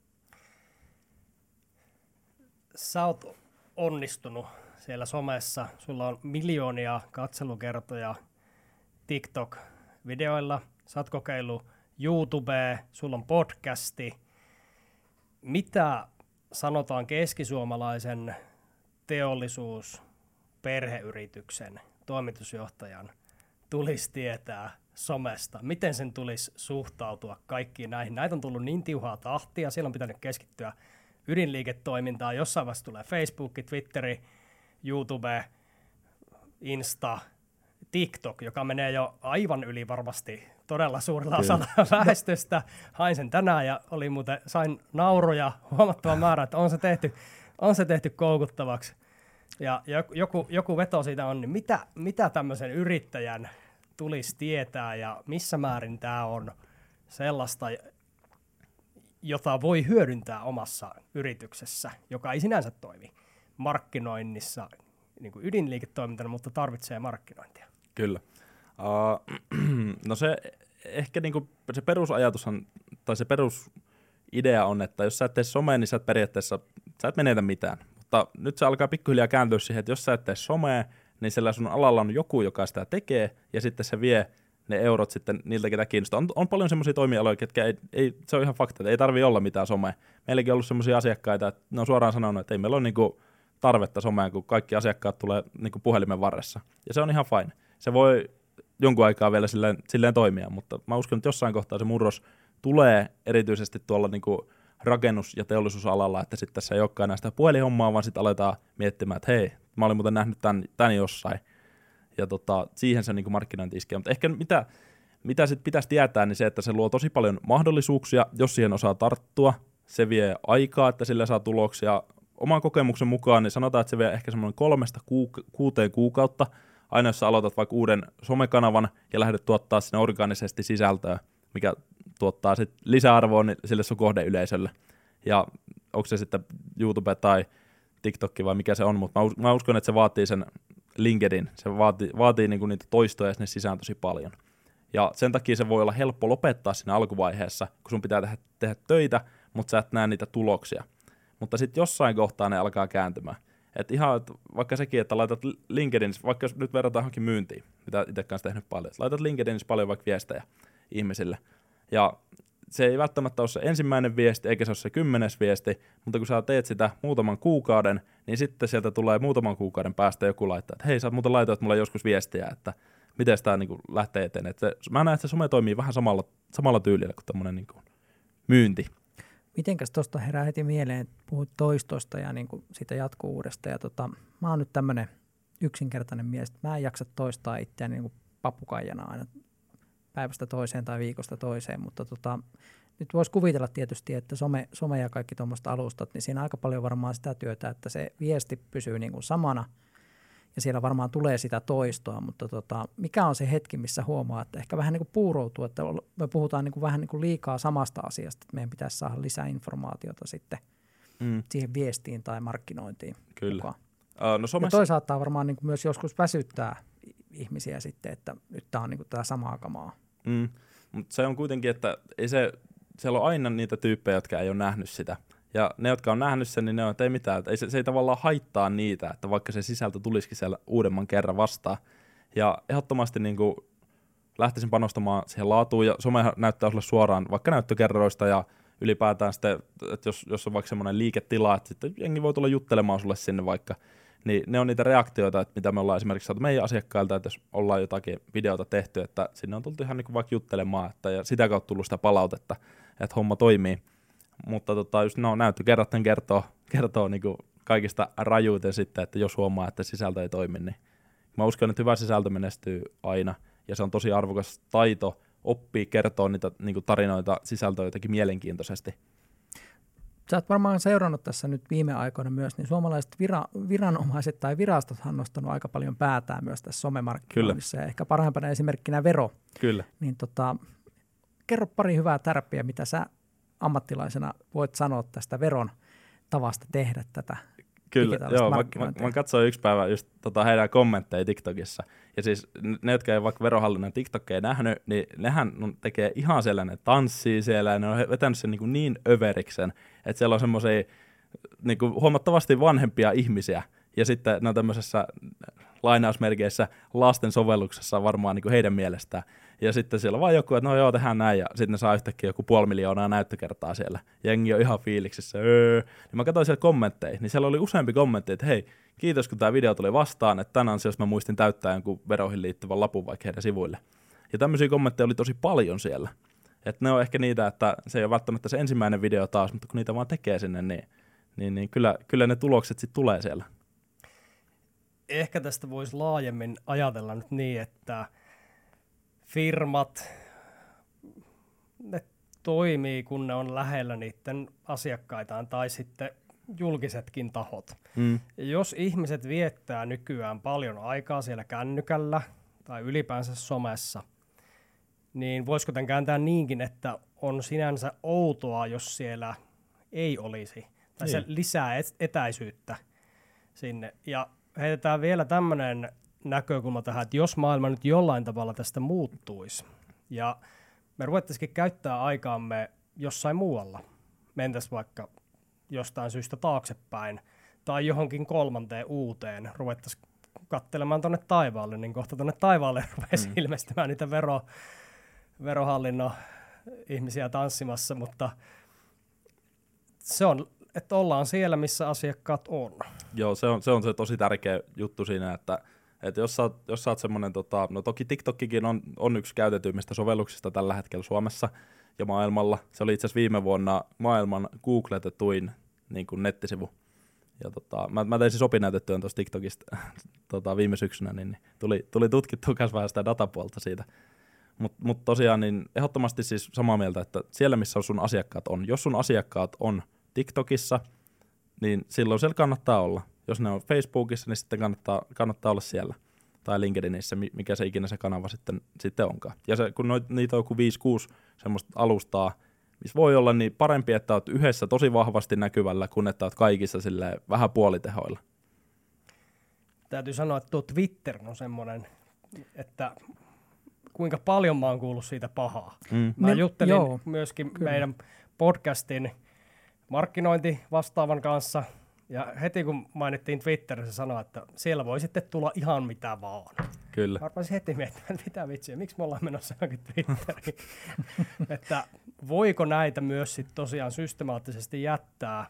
Sä oot onnistunut siellä somessa, sulla on miljoonia katselukertoja TikTok-videoilla, sä oot kokeillut YouTubea, sulla on podcasti. Mitä sanotaan keskisuomalaisen perheyrityksen toimitusjohtajan tulisi tietää somesta? Miten sen tulisi suhtautua kaikkiin näihin? Näitä on tullut niin tiuhaa tahtia, siellä on pitänyt keskittyä ydinliiketoimintaan. Jossain vaiheessa tulee Facebook, Twitteri, YouTube, Insta, TikTok, joka menee jo aivan yli varmasti todella suurella osalla väestöstä. Hain sen tänään ja sain nauruja huomattava määrä, että on se tehty koukuttavaksi. Ja joku veto siitä on, niin mitä tämmöisen yrittäjän tulisi tietää ja missä määrin tämä on sellaista, jota voi hyödyntää omassa yrityksessä, joka ei sinänsä toimi markkinoinnissa niin kuin ydinliiketoimintana, mutta tarvitsee markkinointia. Kyllä. No se ehkä niinku se perusajatushan, tai se perusidea on, että jos sä et tee somea, niin sä et menetä mitään. Mutta nyt se alkaa pikkuhiljaa kääntyä siihen, että jos sä et tee somea, niin sillä sun alalla on joku, joka sitä tekee, ja sitten se vie ne eurot sitten niiltä, ketä kiinnostaa. On paljon semmoisia toimialoja, ketkä ei, se on ihan fakta, että ei tarvitse olla mitään somea. Meilläkin on ollut semmoisia asiakkaita, että ne on suoraan sanonut, että ei meillä ole niinku tarvetta someen, kun kaikki asiakkaat tulee niinku puhelimen varressa. Ja se on ihan fine. Se voi jonkun aikaa vielä silleen toimia, mutta mä uskon, että jossain kohtaa se murros tulee erityisesti tuolla niinku rakennus- ja teollisuusalalla, että sitten tässä ei olekaan näistä puhelinhommaa, vaan sitten aletaan miettimään, että hei, mä olin muuten nähnyt tämän jossain. Ja siihen se niinku markkinointi iskee. Mutta ehkä mitä sitten pitäisi tietää, niin se, että se luo tosi paljon mahdollisuuksia, jos siihen osaa tarttua. Se vie aikaa, että sillä saa tuloksia. Oman kokemuksen mukaan niin sanotaan, että se vie ehkä semmoinen 3-6 kuukautta, aina jos sä aloitat vaikka uuden somekanavan ja lähdet tuottaa sinne orgaanisesti sisältöä, mikä tuottaa sitten lisäarvoa sille sun kohdeyleisölle. Ja onko se sitten YouTube tai TikTok vai mikä se on, mutta mä uskon, että se vaatii sen LinkedIn, se vaatii niinku niitä toistoja sinne sisään tosi paljon. Ja sen takia se voi olla helppo lopettaa siinä alkuvaiheessa, kun sun pitää tehdä töitä, mutta sä et näe niitä tuloksia. Mutta sitten jossain kohtaa ne alkaa kääntymään. Että ihan vaikka sekin, että laitat LinkedInissä, vaikka jos nyt verrataan johonkin myyntiin, mitä itse kanssa tehnyt paljon, että laitat LinkedInissä paljon vaikka viestejä ihmisille. Ja se ei välttämättä ole se ensimmäinen viesti, eikä se ole se 10. viesti, mutta kun sä teet sitä muutaman kuukauden, niin sitten sieltä tulee muutaman kuukauden päästä joku laittaa, että hei, sä muuten laitoit mulle joskus viestiä, että miten tämä niin lähtee eteen. Mä näen, että se some toimii vähän samalla tyylillä kuin tämmöinen niin myynti. Mitenkäs tuosta herää heti mieleen, että puhut toistosta ja niin kuin siitä jatkuvuudesta. Ja mä oon nyt tämmöinen yksinkertainen mies, että mä en jaksa toistaa itseäni niin kuin papukaijana aina päivästä toiseen tai viikosta toiseen, mutta nyt voisi kuvitella tietysti, että some ja kaikki tuommoista alustat, niin siinä aika paljon varmaan sitä työtä, että se viesti pysyy niin kuin samana ja siellä varmaan tulee sitä toistoa, mutta mikä on se hetki, missä huomaa, että ehkä vähän niin kuin puuroutuu, että me puhutaan niin kuin vähän niin kuin liikaa samasta asiasta, että meidän pitäisi saada lisää informaatiota sitten siihen viestiin tai markkinointiin. Kyllä. Ja toisaalta varmaan niin kuin myös joskus väsyttää ihmisiä sitten, että nyt tämä on niin kuin tätä samaa kamaa. Mutta se on kuitenkin, että siellä on aina niitä tyyppejä, jotka ei ole nähnyt sitä. Ja ne, jotka on nähnyt sen, niin ne on, että ei mitään. Että se ei tavallaan haittaa niitä, että vaikka se sisältö tulisikin siellä uudemman kerran vastaan. Ja ehdottomasti niin kuin lähtisin panostamaan siihen laatuun, ja some näyttää sulle suoraan vaikka näyttökerroista, ja ylipäätään sitten, että jos on vaikka semmoinen liiketila, että sitten jengi voi tulla juttelemaan sulle sinne vaikka, niin ne on niitä reaktioita, että mitä me ollaan esimerkiksi saatu meidän asiakkailta, että jos ollaan jotakin videota tehty, että sinne on tultu ihan niin kuin vaikka juttelemaan, ja sitä kautta tullut sitä palautetta, että homma toimii. Mutta just näyttökerrotten kertoo niin kuin kaikista rajuiten sitten, että jos huomaa, että sisältö ei toimi, niin mä uskon, että hyvä sisältö menestyy aina, ja se on tosi arvokas taito oppii kertoa niitä niin kuin tarinoita, sisältöä jotenkin mielenkiintoisesti. Sä oot varmaan seurannut tässä nyt viime aikoina myös, niin suomalaiset viranomaiset tai virastothan on nostanut aika paljon päätään myös tässä somemarkkinoinnissa. Ja ehkä parhaimpana esimerkkinä Vero. Kyllä. Niin kerro pari hyvää tärppiä, mitä sä ammattilaisena voit sanoa tästä Veron tavasta tehdä tätä. Kyllä, joo. Mä katsoin yksi päivä just heidän kommentteja TikTokissa. Ja siis ne, jotka ei vaikka Verohallinnon TikTokia nähnyt, niin nehän tekee ihan sellainen tanssii siellä, ja ne on vetänyt sen niin överiksen, että siellä on semmoisia niin huomattavasti vanhempia ihmisiä, ja sitten ne on tämmöisessä lainausmerkeissä lasten sovelluksessa varmaan niin heidän mielestään. Ja sitten siellä on vaan joku, että no joo, tehdään näin, ja sitten ne saa yhtäkkiä joku 500 000 näyttökertaa siellä. Jengi on ihan fiiliksissä. Niin mä katsoin siellä kommentteja, niin siellä oli useampi kommentti, että hei, kiitos kun tämä video tuli vastaan, että tänään jos mä muistin täyttää jonkun veroihin liittyvän lapun vaikka heidän sivuille. Ja tämmöisiä kommentteja oli tosi paljon siellä. Että ne on ehkä niitä, että se ei ole välttämättä se ensimmäinen video taas, mutta kun niitä vaan tekee sinne, niin kyllä ne tulokset sitten tulee siellä. Ehkä tästä voisi laajemmin ajatella nyt niin, että firmat, ne toimii, kun ne on lähellä niiden asiakkaitaan tai sitten julkisetkin tahot. Ja jos ihmiset viettää nykyään paljon aikaa siellä kännykällä tai ylipäänsä somessa, niin voisiko tämän kääntää niinkin, että on sinänsä outoa, jos siellä ei olisi. Tai se lisää etäisyyttä sinne. Ja heitetään vielä tämmöinen näkökulma tähän, että jos maailma nyt jollain tavalla tästä muuttuisi ja me ruvettaisiin käyttää aikaamme jossain muualla, mentäisiin vaikka jostain syystä taaksepäin tai johonkin kolmanteen uuteen, ruvettaisiin katselemaan tuonne taivaalle, niin kohta tuonne taivaalle rupesi ilmestymään niitä verohallinnon ihmisiä tanssimassa, mutta se on, että ollaan siellä, missä asiakkaat on. Joo, se on se tosi tärkeä juttu siinä, että jos sä oot semmoinen, no toki TikTokkikin on yksi käytetyimmistä sovelluksista tällä hetkellä Suomessa ja maailmalla. Se oli itse asiassa viime vuonna maailman googletetuin niin kuin nettisivu. Ja mä tein siis opinnäytetyön tuossa TikTokista viime syksynä, niin tuli tutkittua myös vähän sitä datapuolta siitä. Mut tosiaan niin ehdottomasti siis samaa mieltä, että siellä missä sun asiakkaat on, jos sun asiakkaat on TikTokissa, niin silloin siellä kannattaa olla. Jos ne on Facebookissa, niin sitten kannattaa olla siellä. Tai LinkedInissä, mikä se ikinä se kanava sitten onkaan. Ja kun niitä on joku 5-6 semmoista alustaa, missä voi olla, niin parempi, että olet yhdessä tosi vahvasti näkyvällä, kuin että olet kaikissa silleen vähän puolitehoilla. Täytyy sanoa, että tuo Twitter on semmoinen, että kuinka paljon mä oon kuullut siitä pahaa. Mä juttelin myöskin meidän podcastin markkinointi vastaavan kanssa, ja heti kun mainittiin Twitter, se sanoi, että siellä voi sitten tulla ihan mitä vaan. Kyllä. Mä arvasin heti miettimään, mitä vitsiä, miksi me ollaan menossa johonkin Twitteriin. Että voiko näitä myös sit tosiaan systemaattisesti jättää,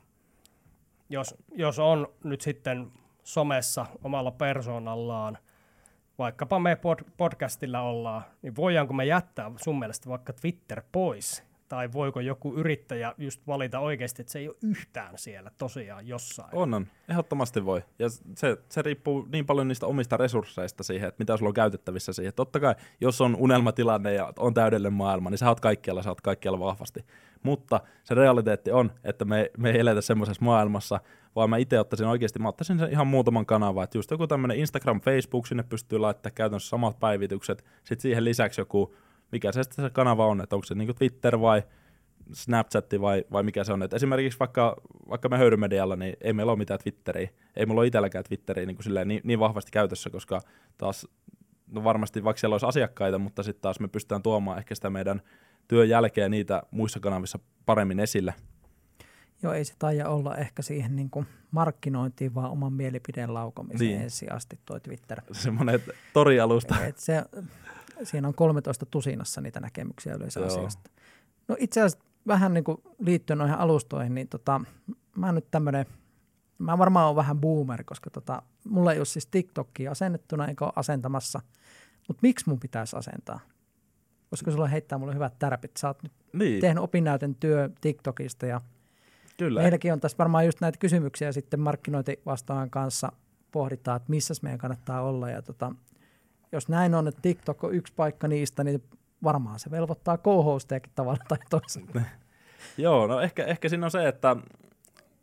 jos on nyt sitten somessa omalla persoonallaan, vaikkapa me podcastilla ollaan, niin voidaanko me jättää sun mielestä vaikka Twitter pois? Tai voiko joku yrittäjä just valita oikeasti, että se ei ole yhtään siellä tosiaan jossain? On. Ehdottomasti voi. Ja se riippuu niin paljon niistä omista resursseista siihen, että mitä sulla on käytettävissä siihen. Totta kai, jos on unelmatilanne ja on täydellinen maailma, niin sä oot kaikkialla vahvasti. Mutta se realiteetti on, että me ei eletä semmoisessa maailmassa, vaan mä itse ottaisin sen ihan muutaman kanavan. Että just joku tämmöinen Instagram, Facebook, sinne pystyy laittamaan käytännössä samat päivitykset. Sitten siihen lisäksi joku, mikä se kanava on, että onko se niinku Twitter vai Snapchat vai mikä se on. Et esimerkiksi vaikka me Höyrymedialla, niin ei meillä ole mitään Twitteriä. Ei mulla ole itselläkään Twitteriä niin vahvasti käytössä, koska taas no varmasti vaikka siellä olisi asiakkaita, mutta sitten taas me pystytään tuomaan ehkä sitä meidän työn jälkeen niitä muissa kanavissa paremmin esille. Joo, ei se taida olla ehkä siihen niin kuin markkinointiin, vaan oman mielipideen laukomiseen niin ensisijaisesti tuo Twitter. Semmoinen torialusta. Siinä on 13 tusinassa niitä näkemyksiä yleensä asiasta. No itse asiassa vähän niin kuin liittyen noihin alustoihin, niin mä varmaan olen vähän boomer, koska mulla ei ole siis TikTokia asennettuna eikä ole asentamassa. Mutta miksi mun pitäisi asentaa? Koska sulla heittää mulle hyvät tärpit. Sä oot nyt tehnyt opinnäytön työ TikTokista ja kyllä. Meilläkin on tässä varmaan just näitä kysymyksiä sitten markkinointivastaavan kanssa pohditaan, että missä meidän kannattaa olla. Ja jos näin on, että TikTok on yksi paikka niistä, niin varmaan se velvoittaa co-hostejakin tavalla tai toisella. Joo, no ehkä siinä on se, että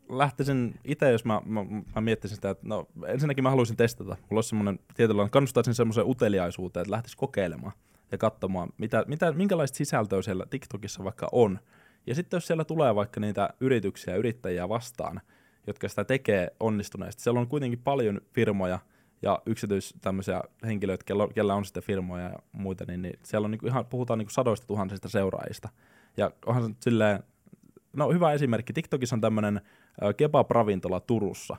lähtisin itse, jos mä miettisin sitä, että no ensinnäkin mä haluaisin testata. Mulla olisi semmoinen tietynlainen, kannustaisin semmoiseen uteliaisuuteen, että lähtisi kokeilemaan ja katsomaan, minkälaista sisältöä siellä TikTokissa vaikka on. Ja sitten jos siellä tulee vaikka niitä yrityksiä, yrittäjiä vastaan, jotka sitä tekee onnistuneesti, siellä on kuitenkin paljon firmoja ja tämmöisiä henkilöitä, kellä on sitten firmoja ja muita, niin siellä on ihan, puhutaan niinku sadoista tuhansista seuraajista. Ja onhan se silleen, no hyvä esimerkki, TikTokissa on tämmöinen kebab-ravintola Turussa.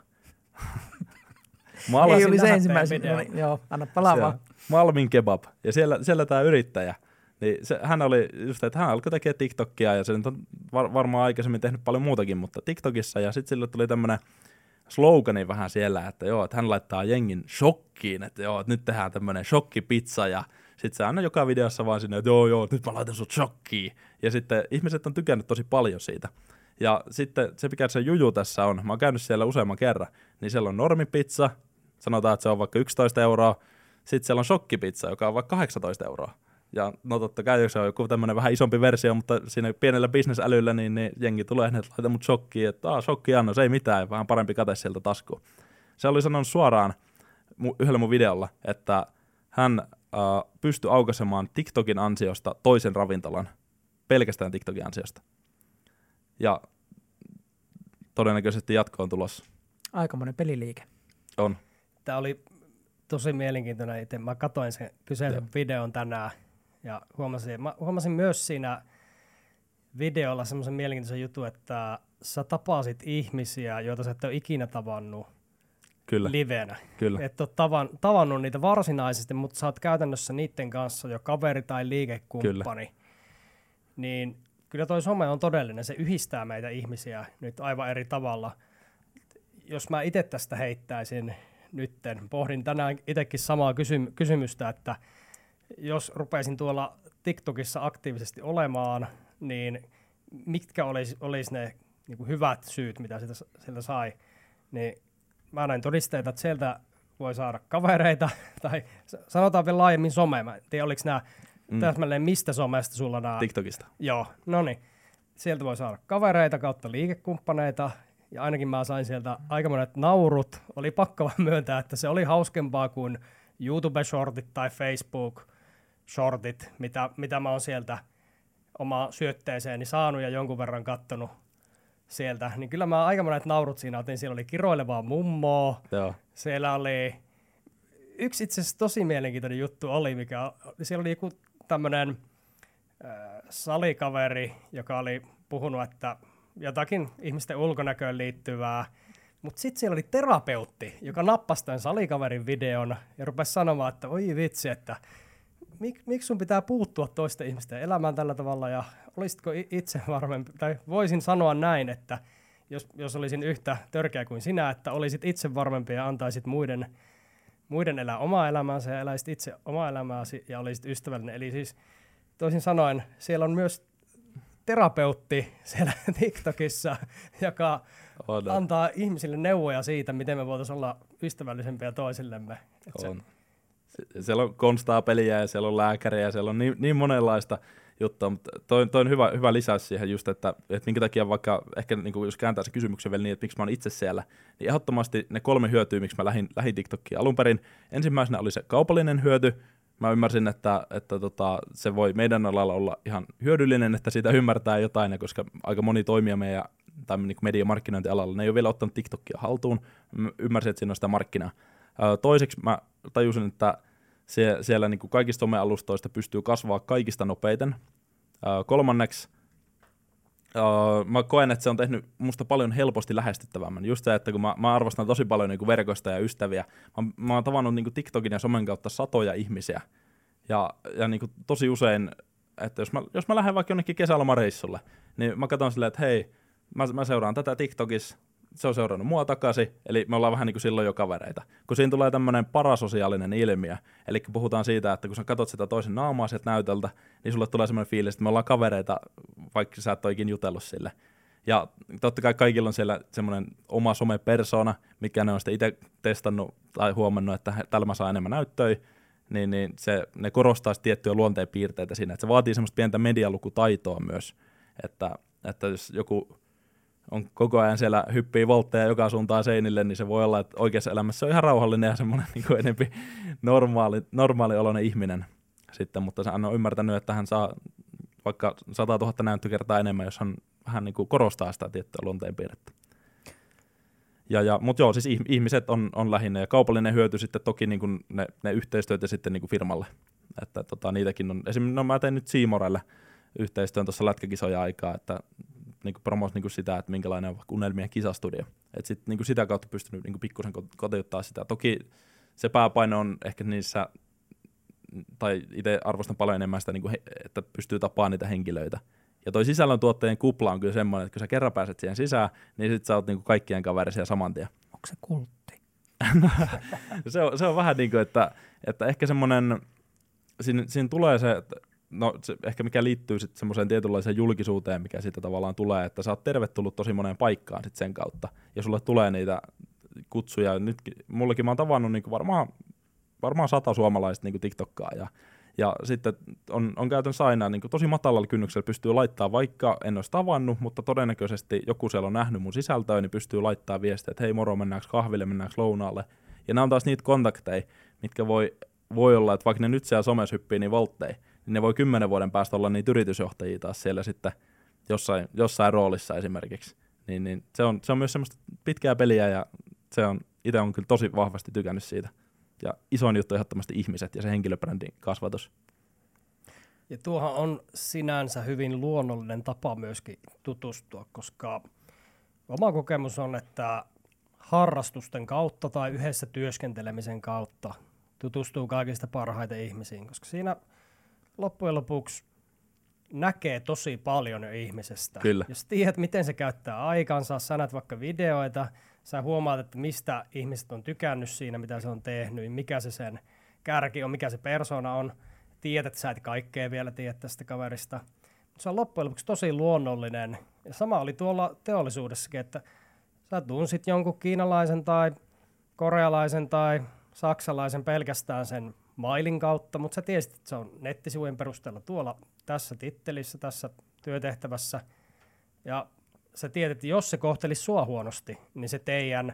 Ei oli se ensimmäisen, joo, anna palaa vaan. Malmin kebab, ja siellä tämä yrittäjä, niin hän oli just, että hän alkoi tekemään TikTokia, ja se nyt on varmaan aikaisemmin tehnyt paljon muutakin, mutta TikTokissa, ja sitten sille tuli tämmöinen slogani vähän siellä, että joo, että hän laittaa jengin shokkiin, että joo, että nyt tehdään tämmöinen shokkipizza, ja sitten se aina joka videossa vaan sinne, että joo, nyt mä laitan sut shokkiin, ja sitten ihmiset on tykännyt tosi paljon siitä. Ja sitten se, mikä se juju tässä on, mä oon käynyt siellä useamman kerran, niin siellä on normipizza, sanotaan, että se on vaikka 11 euroa, sitten siellä on shokkipizza, joka on vaikka 18 euroa. Ja no totta kai, jos se on joku tämmöinen vähän isompi versio, mutta siinä pienellä bisnesälyllä, niin jengi tulee, että laita mut shokkiin, että shokki annos, ei mitään, vähän parempi kate sieltä taskuun. Se oli sanonut suoraan yhdellä mun videolla, että hän pystyi aukaisemaan TikTokin ansiosta toisen ravintolan, pelkästään TikTokin ansiosta. Ja todennäköisesti jatko on tulossa. Aikamoinen peliliike. On. Tämä oli tosi mielenkiintoinen itse. Mä katsoin sen kyseisen videon tänään ja huomasin myös siinä videolla semmoisen mielenkiintoisen jutun, että sä tapasit ihmisiä, joita sä et ole ikinä tavannut livenä. Kyllä. Et ole tavannut niitä varsinaisesti, mutta sä oot käytännössä niiden kanssa jo kaveri tai liikekumppani. Kyllä. Niin kyllä toi some on todellinen, se yhdistää meitä ihmisiä nyt aivan eri tavalla. Jos mä itse tästä heittäisin nytten, pohdin tänään itsekin samaa kysymystä, että jos rupeisin tuolla TikTokissa aktiivisesti olemaan, niin mitkä olisi ne niin kuin hyvät syyt, mitä sieltä sai, niin mä näin todisteita, että sieltä voi saada kavereita, tai sanotaan vielä laajemmin some. Mä en tiedä, oliko nämä täsmälleen mistä somesta sulla nämä... TikTokista. Joo, no niin. Sieltä voi saada kavereita kautta liikekumppaneita, ja ainakin mä sain sieltä aika monet naurut. Oli pakko vaan myöntää, että se oli hauskempaa kuin YouTube-shortit tai Facebook-shortit, mitä mä oon sieltä oma syötteeseeni saanut ja jonkun verran kattonut sieltä. Niin kyllä mä aika monet naurut siinä otin. Siellä oli kiroilevaa mummoa. Joo. Siellä oli yksi itse asiassa tosi mielenkiintoinen juttu oli, siellä oli joku tämmönen salikaveri, joka oli puhunut, että jotakin ihmisten ulkonäköön liittyvää, mutta sitten siellä oli terapeutti, joka nappasi tämän salikaverin videon ja rupesi sanomaan, että oi vitsi, että miksi sun pitää puuttua toisten ihmisten elämään tällä tavalla, ja olisitko itse varmempi, tai voisin sanoa näin, että jos olisin yhtä törkeä kuin sinä, että olisit itse varmempi ja antaisit muiden elää omaa elämäänsä ja eläisit itse omaa elämääsi ja olisit ystävällinen. Eli siis toisin sanoen, siellä on myös terapeutti siellä TikTokissa, joka antaa ihmisille neuvoja siitä, miten me voitaisiin olla ystävällisempiä toisillemme. Siellä on konstaapeliä ja siellä on lääkäriä ja siellä on niin monenlaista juttua, mutta toi on hyvä lisäys siihen just, että minkä takia vaikka, ehkä niin kuin jos kääntää se kysymyksen vielä niin, että miksi mä oon itse siellä, niin ehdottomasti ne 3 hyötyä, miksi mä lähdin TikTokiin alun perin. Ensimmäisenä oli se kaupallinen hyöty. Mä ymmärsin, että se voi meidän alalla olla ihan hyödyllinen, että siitä ymmärtää jotain, koska aika moni toimija meidän tai niin mediamarkkinointialalla, ne ei ole vielä ottanut TikTokia haltuun. Mä ymmärsin, että siinä on sitä markkinaa. Toiseksi mä tajusin, että siellä niin kuin kaikista some-alustoista pystyy kasvaa kaikista nopeiten. Kolmanneksi mä koen, että se on tehnyt musta paljon helposti lähestyttävämmän. Just se, että kun mä arvostan tosi paljon niin kuin verkosta ja ystäviä, mä oon tavannut niin kuin TikTokin ja somen kautta satoja ihmisiä. Ja niin kuin tosi usein, että jos mä lähden vaikka jonnekin kesälomareissulle, niin mä katson silleen, että hei, mä seuraan tätä TikTokissa, se on seurannut mua takaisin, eli me ollaan vähän niin kuin silloin jo kavereita. Kun siinä tulee tämmöinen parasosiaalinen ilmiö, eli puhutaan siitä, että kun sä katsot sitä toisen naamaa sieltä näytöltä, niin sulle tulee semmoinen fiilis, että me ollaan kavereita, vaikka sä et ole ikin jutellut sille. Ja totta kai kaikilla on siellä semmoinen oma some-persona, mikä ne on sitten itse testannut tai huomannut, että tällä mä saan enemmän näyttöjä, niin ne korostaa tiettyjä luonteenpiirteitä siinä, että se vaatii semmoista pientä medialukutaitoa myös, että jos joku on koko ajan siellä hyppii voltteja joka suuntaan seinille, niin se voi olla, että oikeassa elämässä on ihan rauhallinen ja semmoinen niin kuin enempi normaali-oloinen ihminen sitten, mutta hän on ymmärtänyt, että hän saa vaikka 100 000 näyttökertaa enemmän, jos hän vähän niin kuin korostaa sitä tiettyä luonteenpiirrettä. Mutta joo, siis ihmiset on lähinnä ja kaupallinen hyöty sitten toki niin kuin ne yhteistyöt ja sitten niin kuin firmalle. Että niitäkin on, esimerkiksi mä tein nyt C-Morelle yhteistyön tuossa lätkäkisoja aikaa, että niin kuin promos niin kuin sitä, että minkälainen on vaikka Unelmien kisastudio. Että sitten niin kuin sitä kautta pystynyt niin kuin pikkusen kotiuttaa sitä. Toki se pääpaino on ehkä niissä, tai itse arvostan paljon enemmän sitä, niin kuin että pystyy tapaamaan niitä henkilöitä. Ja toi sisällöntuottajien kupla on kyllä semmoinen, että kun sä kerran pääset siihen sisään, niin sit sä oot niinku kaikkien kaverisia saman tien. Onko se kultti? se on vähän niin kuin, että ehkä semmoinen, siinä tulee se, se ehkä mikä liittyy sitten semmoiseen tietynlaiseen julkisuuteen, mikä siitä tavallaan tulee, että sä oot tervetullut tosi moneen paikkaan sit sen kautta, ja sulle tulee niitä kutsuja. Nytkin, mullekin mä oon tavannut niinku varmaan 100 suomalaista niinku TikTokkaa, ja sitten on käytännössä aina niin tosi matalalla kynnyksellä pystyy laittaa, vaikka en olisi tavannut, mutta todennäköisesti joku siellä on nähnyt mun sisältöä, niin pystyy laittaa viestiä, että hei moro, mennäänkö kahville, mennäänkö lounaalle. Ja nämä on taas niitä kontakteja, mitkä voi olla, että vaikka ne nyt siellä somessa hyppii niin voltteja, niin ne voi 10 vuoden päästä olla niitä yritysjohtajia taas siellä sitten jossain roolissa esimerkiksi. Niin se on myös semmoista pitkää peliä ja itse on kyllä tosi vahvasti tykännyt siitä. Ja isoin juttu ehdottomasti ihmiset ja se henkilöbrändin kasvatus. Ja tuohan on sinänsä hyvin luonnollinen tapa myöskin tutustua, koska oma kokemus on, että harrastusten kautta tai yhdessä työskentelemisen kautta tutustuu kaikista parhaiten ihmisiin, koska siinä loppujen lopuksi näkee tosi paljon jo ihmisestä. Kyllä. Jos tiedät, miten se käyttää aikansa, sä näet vaikka videoita, sä huomaat, että mistä ihmiset on tykännyt siinä, mitä se on tehnyt, mikä se sen kärki on, mikä se persona on. Tiedät, että sä et kaikkea vielä tiedä tästä kaverista. Mutta se on loppujen lopuksi tosi luonnollinen. Ja sama oli tuolla teollisuudessakin, että sä tunsit jonkun kiinalaisen tai korealaisen tai saksalaisen pelkästään sen mailin kautta, mutta sä tiesit, että se on nettisivujen perusteella tuolla tässä tittelissä, tässä työtehtävässä. Ja sä tiedät, että jos se kohtelisi sua huonosti, niin se teidän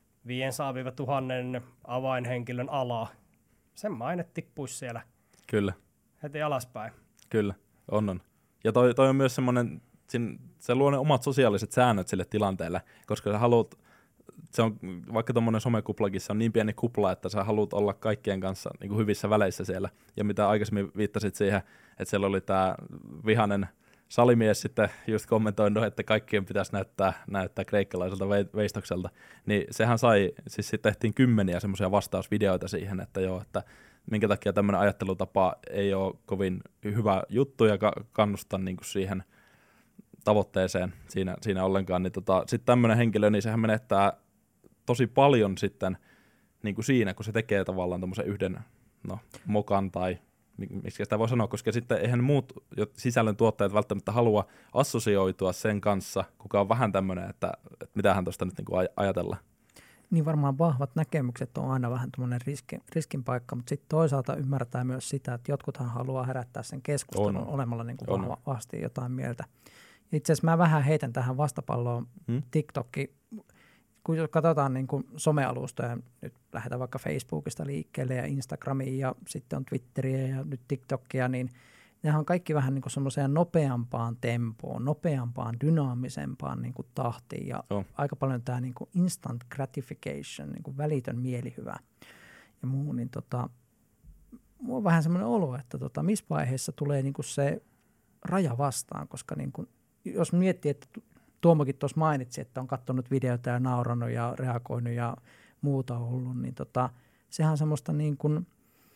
500-1000 avainhenkilön ala, sen maine tippuisi siellä Kyllä. heti alaspäin. Kyllä, on. Ja toi on myös semmoinen, se luo ne omat sosiaaliset säännöt sille tilanteelle, koska sä haluat, se on vaikka tommonen somekuplakin, se on niin pieni kupla, että sä haluat olla kaikkien kanssa niin kuin hyvissä väleissä siellä. Ja mitä aikaisemmin viittasit siihen, että siellä oli tää vihainen salimies sitten just kommentoinut, että kaikkien pitäisi näyttää kreikkalaiselta veistokselta, niin sehän sai, siis sitten tehtiin 10 semmoisia vastausvideoita siihen, että joo, että minkä takia tämmöinen ajattelutapa ei ole kovin hyvä juttu ja kannusta niin kuin siihen tavoitteeseen siinä ollenkaan, niin sitten tämmöinen henkilö, niin sehän menettää tosi paljon sitten niin kuin siinä, kun se tekee tavallaan tommosen yhden mokan tai miksi sitä voi sanoa, koska sitten eihän muut sisällön tuottajat välttämättä halua assosioitua sen kanssa, kuka on vähän tämmöinen, että mitähän tuosta nyt niinku ajatellaan. Niin varmaan vahvat näkemykset on aina vähän tämmöinen riskin paikka, mutta sitten toisaalta ymmärtää myös sitä, että jotkuthan haluaa herättää sen keskustelun olemalla niin kuin vahvasti jotain mieltä. Itse asiassa mä vähän heitän tähän vastapalloon TikTokki. Kun katsotaan niin kuin somealustoja, nyt lähdetään vaikka Facebookista liikkeelle ja Instagramiin ja sitten on Twitteriä ja nyt TikTokia, niin nehän on kaikki vähän niin kuin semmoiseen nopeampaan tempoon, nopeampaan, dynaamisempaan niin kuin tahtiin ja aika paljon tämä niin kuin instant gratification, niin kuin välitön mielihyvä ja muu, niin mulla on vähän semmoinen olo, että missä vaiheessa tulee niin kuin se raja vastaan, koska niin kuin, jos miettii, että Tuomokin tuossa mainitsi, että on katsonut videoita ja naurannut ja reagoinut ja muuta ollut, niin sehän on semmoista niin kuin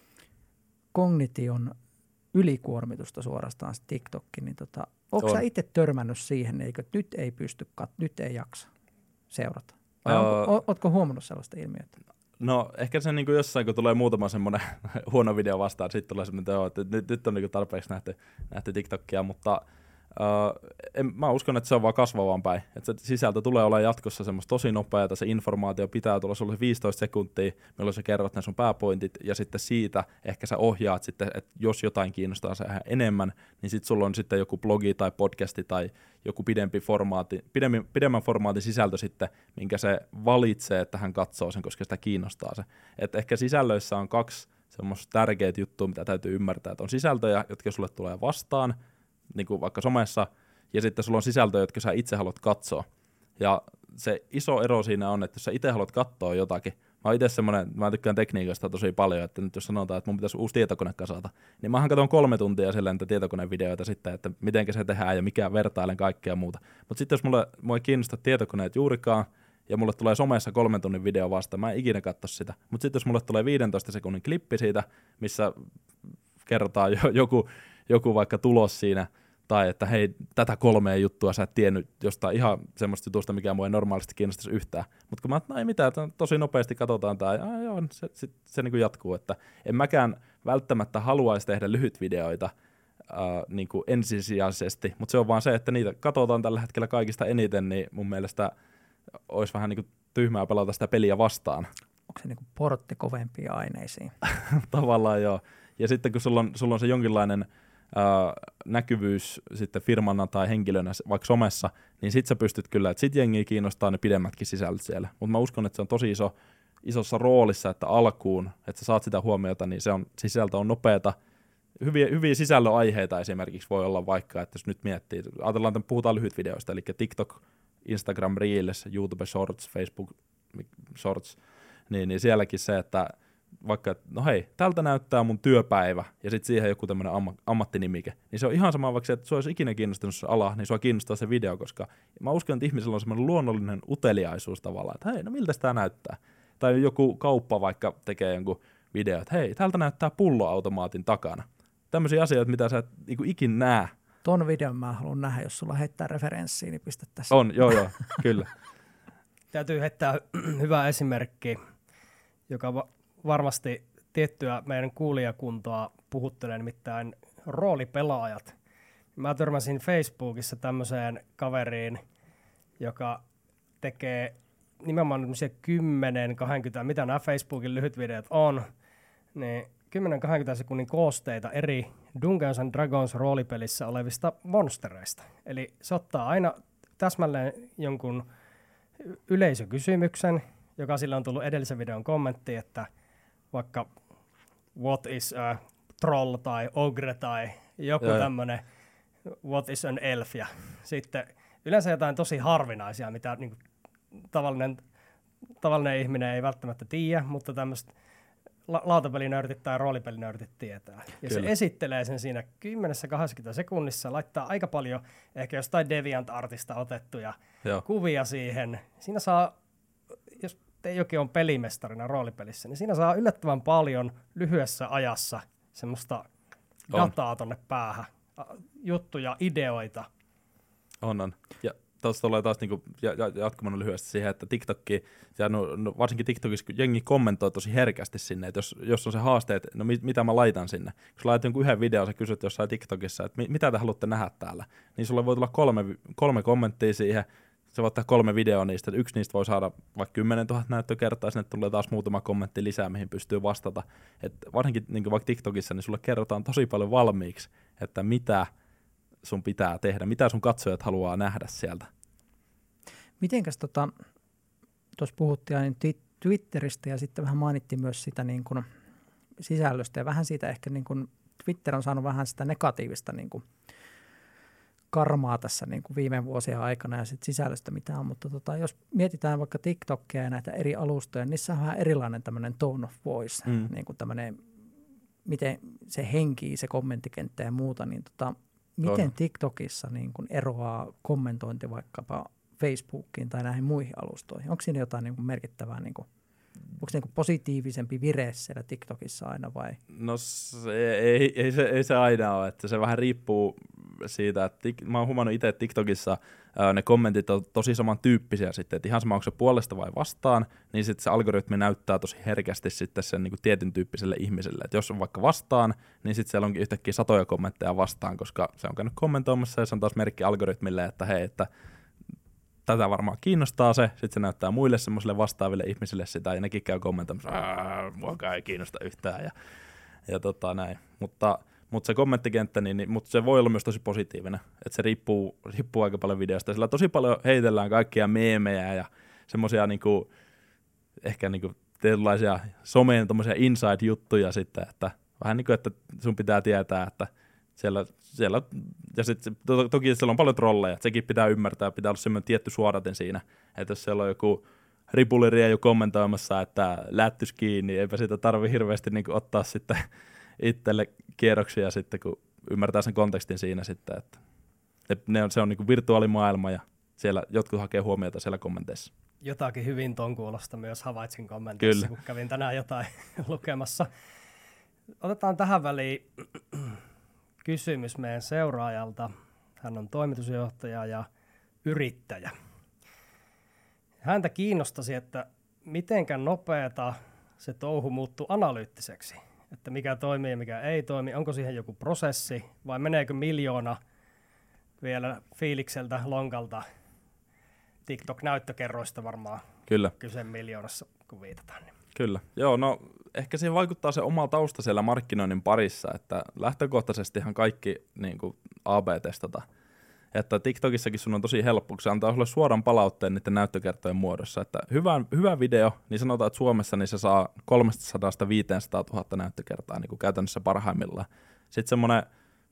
kognition ylikuormitusta suorastaan se TikTokki. Niin onko sä itse törmännyt siihen, eikö nyt ei pysty, nyt ei jaksa seurata? Vai ootko huomannut sellaista ilmiötä? No ehkä se niin kuin jossain, kun tulee muutama semmoinen huono video vastaan, sitten tulee semmoinen, että nyt on niin kuin tarpeeksi nähty TikTokia, mutta Mä uskon, että se on vaan kasvavaan päin. Että se sisältö tulee olla jatkossa semmoista tosi nopeata, se informaatio pitää tulla sulle 15 sekuntia, milloin sä kerrot ne sun pääpointit, ja sitten siitä ehkä sä ohjaat sitten, että jos jotain kiinnostaa se enemmän, niin sitten sulla on sitten joku blogi tai podcasti tai joku pidemmän formaatin sisältö sitten, minkä se valitsee, että hän katsoo sen, koska sitä kiinnostaa se. Että ehkä sisällöissä on 2 semmoista tärkeitä juttua, mitä täytyy ymmärtää, että on sisältöjä, jotka sulle tulee vastaan, niin kuin vaikka somessa, ja sitten sulla on sisältöjä, jotka sä itse haluat katsoa. Ja se iso ero siinä on, että jos sä itse haluat katsoa jotakin, mä tykkään tekniikasta tosi paljon, että nyt jos sanotaan, että mun pitäisi uusi tietokone kasata, niin mähän katson 3 tuntia silleen niitä tietokonevideoita sitten, että miten se tehdään ja mikä vertailen kaikkea muuta. Mutta sitten jos mua ei kiinnosta tietokoneet juurikaan, ja mulle tulee somessa 3 tunnin video vasta, mä en ikinä katso sitä. Mutta sitten jos mulle tulee 15 sekunnin klippi siitä, missä kerrotaan joku vaikka tulos siinä, tai että hei, tätä 3 juttua sä et tiennyt jostain ihan semmoista jutusta, mikä mua ei normaalisti kiinnostaisi yhtään. Mutta kun mä ei mitään, tosi nopeasti katsotaan tää, ja joo, se niin kuin jatkuu. Että en mäkään välttämättä haluaisi tehdä lyhytvideoita niin kuin ensisijaisesti, mutta se on vaan se, että niitä katsotaan tällä hetkellä kaikista eniten, niin mun mielestä olisi vähän niin kuin tyhmää pelata sitä peliä vastaan. Onko se niin kuin portti kovempiin aineisiin? Tavallaan joo. Ja sitten kun sulla on se jonkinlainen näkyvyys sitten firmana tai henkilönä vaikka somessa, niin sit sä pystyt kyllä, että sit jengiä kiinnostaa ne pidemmätkin sisällöt siellä. Mutta mä uskon, että se on tosi isossa roolissa, että alkuun, että sä saat sitä huomiota, niin sisältö on nopeata. Hyviä sisällöaiheita esimerkiksi voi olla vaikka, että jos nyt miettii, ajatellaan, että puhutaan lyhytvideoista, eli TikTok, Instagram Reels, YouTube Shorts, Facebook Shorts, niin sielläkin se, että vaikka, no hei, tältä näyttää mun työpäivä, ja sitten siihen joku tämmöinen ammattinimike, niin se on ihan sama, vaikka että sua olisi ikinä kiinnostunut se ala, niin sua kiinnostaa se video, koska mä uskon, että ihmisellä on semmoinen luonnollinen uteliaisuus tavallaan, että hei, no miltä tämä näyttää? Tai joku kauppa vaikka tekee jonkun video, että hei, tältä näyttää pulloautomaatin takana. Tämmöisiä asioita, mitä sä et ikin näe. Ton videon mä haluan nähdä, jos sulla heittää referenssiä, niin pistä tässä. On, joo, kyllä. Täytyy heittää hyvä esimerkki, joka varmasti tiettyä meidän kuulijakuntaa puhuttelee, nimittäin roolipelaajat. Mä törmäsin Facebookissa tämmöiseen kaveriin, joka tekee nimenomaan 10-20, mitä nämä Facebookin lyhytvideot on, niin 10-20 sekunnin koosteita eri Dungeons and Dragons roolipelissä olevista monstereista. Eli se ottaa aina täsmälleen jonkun yleisökysymyksen, joka sillä on tullut edellisen videon kommentti, että vaikka what is a troll tai ogre tai joku tämmöinen what is an elf, ja sitten yleensä jotain tosi harvinaisia, mitä niin kuin tavallinen ihminen ei välttämättä tiedä, mutta tämmöistä lautapelinörtit tai roolipelinörtit tietää. Ja kyllä. Se esittelee sen siinä 10-20 sekunnissa, laittaa aika paljon ehkä jostain DeviantArtista otettuja kuvia siihen. Siinä saa, jos Teijokin on pelimestarina roolipelissä, niin siinä saa yllättävän paljon lyhyessä ajassa semmoista dataa tonne päähän, juttuja, ideoita. On. Ja tuossa tulee taas niinku jatkumana lyhyesti siihen, että TikTokki, ja varsinkin TikTokissa jengi kommentoi tosi herkästi sinne, että jos on se haaste, että no mitä mä laitan sinne. Kun sä laitat jonkun yhden videon, sä kysyt jossain TikTokissa, että mitä te haluatte nähdä täällä, niin sulle voi tulla kolme kommenttia siihen, se voi ottaa 3 videoa niistä, että yksi niistä voi saada vaikka 10 000 näyttökertaa, sinne tulee taas muutama kommentti lisää, mihin pystyy vastata. Et varsinkin niin vaikka TikTokissa, niin sulle kerrotaan tosi paljon valmiiksi, että mitä sun pitää tehdä, mitä sun katsojat haluaa nähdä sieltä. Mitenkäs tuossa puhuttiin niin Twitteristä ja sitten vähän mainittiin myös sitä niin kuin sisällöstä ja vähän siitä ehkä niin kuin Twitter on saanut vähän sitä negatiivista niin kuin karmaa tässä niin kuin viime vuosien aikana ja sitten sisällöstä mitä on, mutta jos mietitään vaikka TikTokia ja näitä eri alustoja, niissä on vähän erilainen tämmöinen tone of voice, niin kuin tämmöinen, miten se henkii, se kommenttikenttä ja muuta, niin miten TikTokissa niin kuin eroaa kommentointi vaikkapa Facebookiin tai näihin muihin alustoihin? Onko siinä jotain niin kuin merkittävää, niin kuin, onko se niin kuin positiivisempi vire siellä TikTokissa aina vai? No ei se aina ole, että se vähän riippuu siitä, että mä oon huomannut itse TikTokissa ne kommentit on tosi samantyyppisiä sitten, että ihan sama onko se puolesta vai vastaan, niin sitten se algoritmi näyttää tosi herkästi sitten sen niin kuin tietyn tyyppiselle ihmiselle. Että jos on vaikka vastaan, niin sitten siellä onkin yhtäkkiä satoja kommentteja vastaan, koska se on käynyt kommentoimassa ja se on taas merkki algoritmille, että hei, että tätä varmaan kiinnostaa se, sitten se näyttää muille semmoisille vastaaville ihmisille sitä, ja nekin käy kommentoimassa, muakaan ei kiinnosta yhtään, ja näin. Mutta se kommenttikenttä, mutta se voi olla myös tosi positiivinen, että se riippuu aika paljon videosta, sillä tosi paljon heitellään kaikkia meemejä ja semmoisia niinku, ehkä niinku tietynlaisia someen tommosia inside-juttuja sitten, että vähän niin kuin, että sun pitää tietää, että siellä ja sitten toki siellä on paljon trolleja, että sekin pitää ymmärtää, pitää olla semmoinen tietty suodatin siinä, että jos siellä on joku ripuliri jo kommentoimassa, että lättys kiinni, eipä sitä tarvitse hirveästi niinku ottaa sitten itselle kierroksia sitten, kun ymmärtää sen kontekstin siinä sitten, että se on niinku virtuaalimaailma ja siellä jotkut hakee huomiota siellä kommenteissa. Jotakin hyvin ton kuulosta myös havaitsin kommenteissa, kun kävin tänään jotain lukemassa. Otetaan tähän väliin kysymys meidän seuraajalta. Hän on toimitusjohtaja ja yrittäjä. Häntä kiinnostaisi, että mitenkä nopeata se touhu muuttuu analyyttiseksi. Että mikä toimii ja mikä ei toimi. Onko siihen joku prosessi vai meneekö miljoona vielä fiilikseltä, lonkalta, TikTok-näyttökerroista varmaan. Kyllä. Kyse miljoonassa, kun viitataan. Niin. Kyllä. Joo, no ehkä siihen vaikuttaa se oma tausta siellä markkinoinnin parissa, että lähtökohtaisestihan kaikki niin kuin AB-testata. Että TikTokissakin sun on tosi helppo, kun se antaa sulle suoran palautteen niiden näyttökertojen muodossa. Että hyvä video, niin sanotaan, että Suomessa niin se saa 300-500 000 näyttökertaa niin kuin käytännössä parhaimmillaan. Sitten semmoinen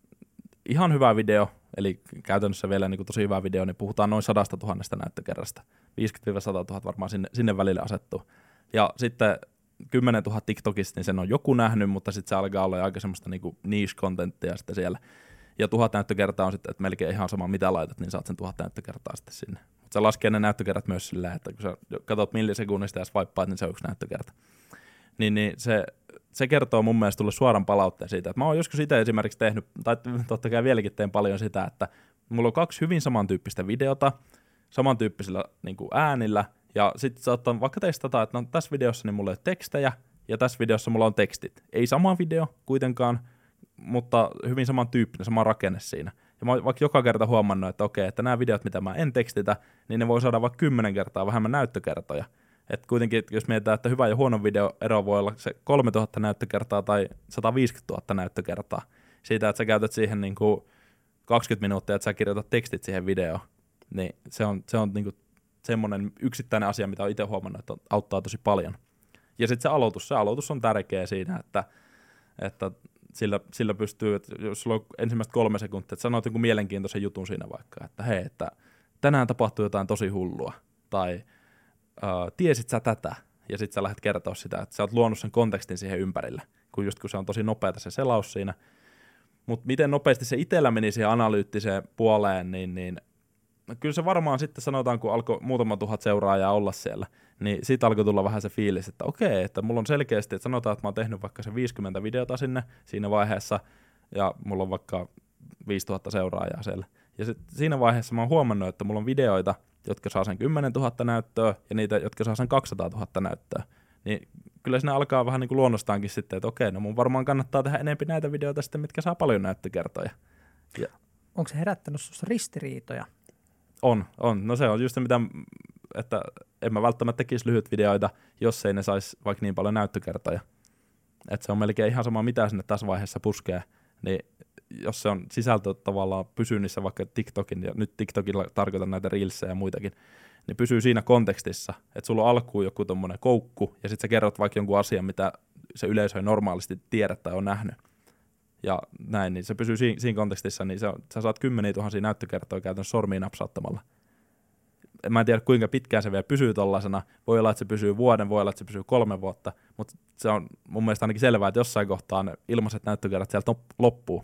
ihan hyvä video, eli käytännössä vielä niin kuin tosi hyvä video, niin puhutaan noin 100 000 näyttökerrasta. 50-100 000 varmaan sinne välille asettuu. Ja sitten 10 000 TikTokista, niin sen on joku nähnyt, mutta sitten se alkaa olla aika semmoista niin kuin niche-contenttia sitten siellä. Ja 1000 näyttökertaa on sitten, että melkein ihan sama mitä laitat, niin saat sen 1000 näyttökertaa sitten sinne. Mutta se laskee ne näyttökerrat myös sillä, että kun sä katsot millisekunnista ja swipeaat, niin se on yksi näyttökerta. Niin se kertoo mun mielestä tulle suoran palautteen siitä, että mä oon joskus itse esimerkiksi tehnyt, tai totta kai vieläkin teen paljon sitä, että mulla on 2 hyvin samantyyppistä videota, samantyyppisillä niin kuin äänillä, ja sitten saattaa vaikka testata, että no, tässä videossa niin mulla ei ole tekstejä, ja tässä videossa mulla on tekstit. Ei sama video kuitenkaan, mutta hyvin samantyyppinen, sama rakenne siinä. Ja mä oon vaikka joka kerta huomannut, että okei, että nämä videot, mitä mä en tekstitä, niin ne voi saada vaikka 10 kertaa vähemmän näyttökertoja. Että kuitenkin, jos mietitään, että hyvä ja huono video ero voi olla se 3000 näyttökertaa tai 150 000 näyttökertaa. Siitä, että sä käytät siihen niin kuin 20 minuuttia, että sä kirjoitat tekstit siihen videoon, niin se on niin kuin semmoinen yksittäinen asia, mitä olen itse huomannut, että auttaa tosi paljon. Ja sitten se aloitus on tärkeä siinä, että sillä pystyy, että jos sulla on ensimmäistä 3 sekuntia, että sanot jonkun mielenkiintoisen jutun siinä vaikka, että hei, että tänään tapahtuu jotain tosi hullua, tai tiesit sä tätä, ja sitten sä lähdet kertoa sitä, että sä oot luonut sen kontekstin siihen ympärille, kun se on tosi nopeata se selaus siinä. Mutta miten nopeasti se itsellä meni siihen analyyttiseen puoleen, niin no kyllä se varmaan sitten sanotaan, kun alkoi muutama 1000 seuraajaa olla siellä, niin siitä alkoi tulla vähän se fiilis, että okei, että mulla on selkeästi, että sanotaan, että mä oon tehnyt vaikka se 50 videota siinä vaiheessa, ja mulla on vaikka 5000 seuraajaa siellä. Ja siinä vaiheessa mä oon huomannut, että mulla on videoita, jotka saa sen 10 000 näyttöä, ja niitä, jotka saa sen 200 000 näyttöä. Niin kyllä siinä alkaa vähän niin kuin luonnostaankin sitten, että okei, no mun varmaan kannattaa tehdä enemmän näitä videoita sitten, mitkä saa paljon näyttökertoja. Ja onko se herättänyt sinussa ristiriitoja? On. No se on just se, että en mä välttämättä tekisi lyhyt videoita, jos ei ne saisi vaikka niin paljon näyttökertoja. Että se on melkein ihan sama, mitä sinne tässä vaiheessa puskee. Niin jos se on sisältö tavallaan pysyy niissä vaikka TikTokin, ja nyt TikTokilla tarkoitan näitä reelsejä ja muitakin, niin pysyy siinä kontekstissa, että sulla on alkuun joku tommonen koukku, ja sitten sä kerrot vaikka jonkun asian, mitä se yleisö ei normaalisti tiedä tai on nähnyt. Ja näin, niin se pysyy siinä kontekstissa, niin sä saat 10 000 näyttökertoja käytännössä sormiin napsauttamalla. Mä en tiedä, kuinka pitkään se vielä pysyy tollasena. Voi olla, että se pysyy vuoden, voi olla, että se pysyy 3 vuotta, mutta se on mun mielestä ainakin selvää, että jossain kohtaa ne ilmaiset näyttökerrat sieltä loppuu.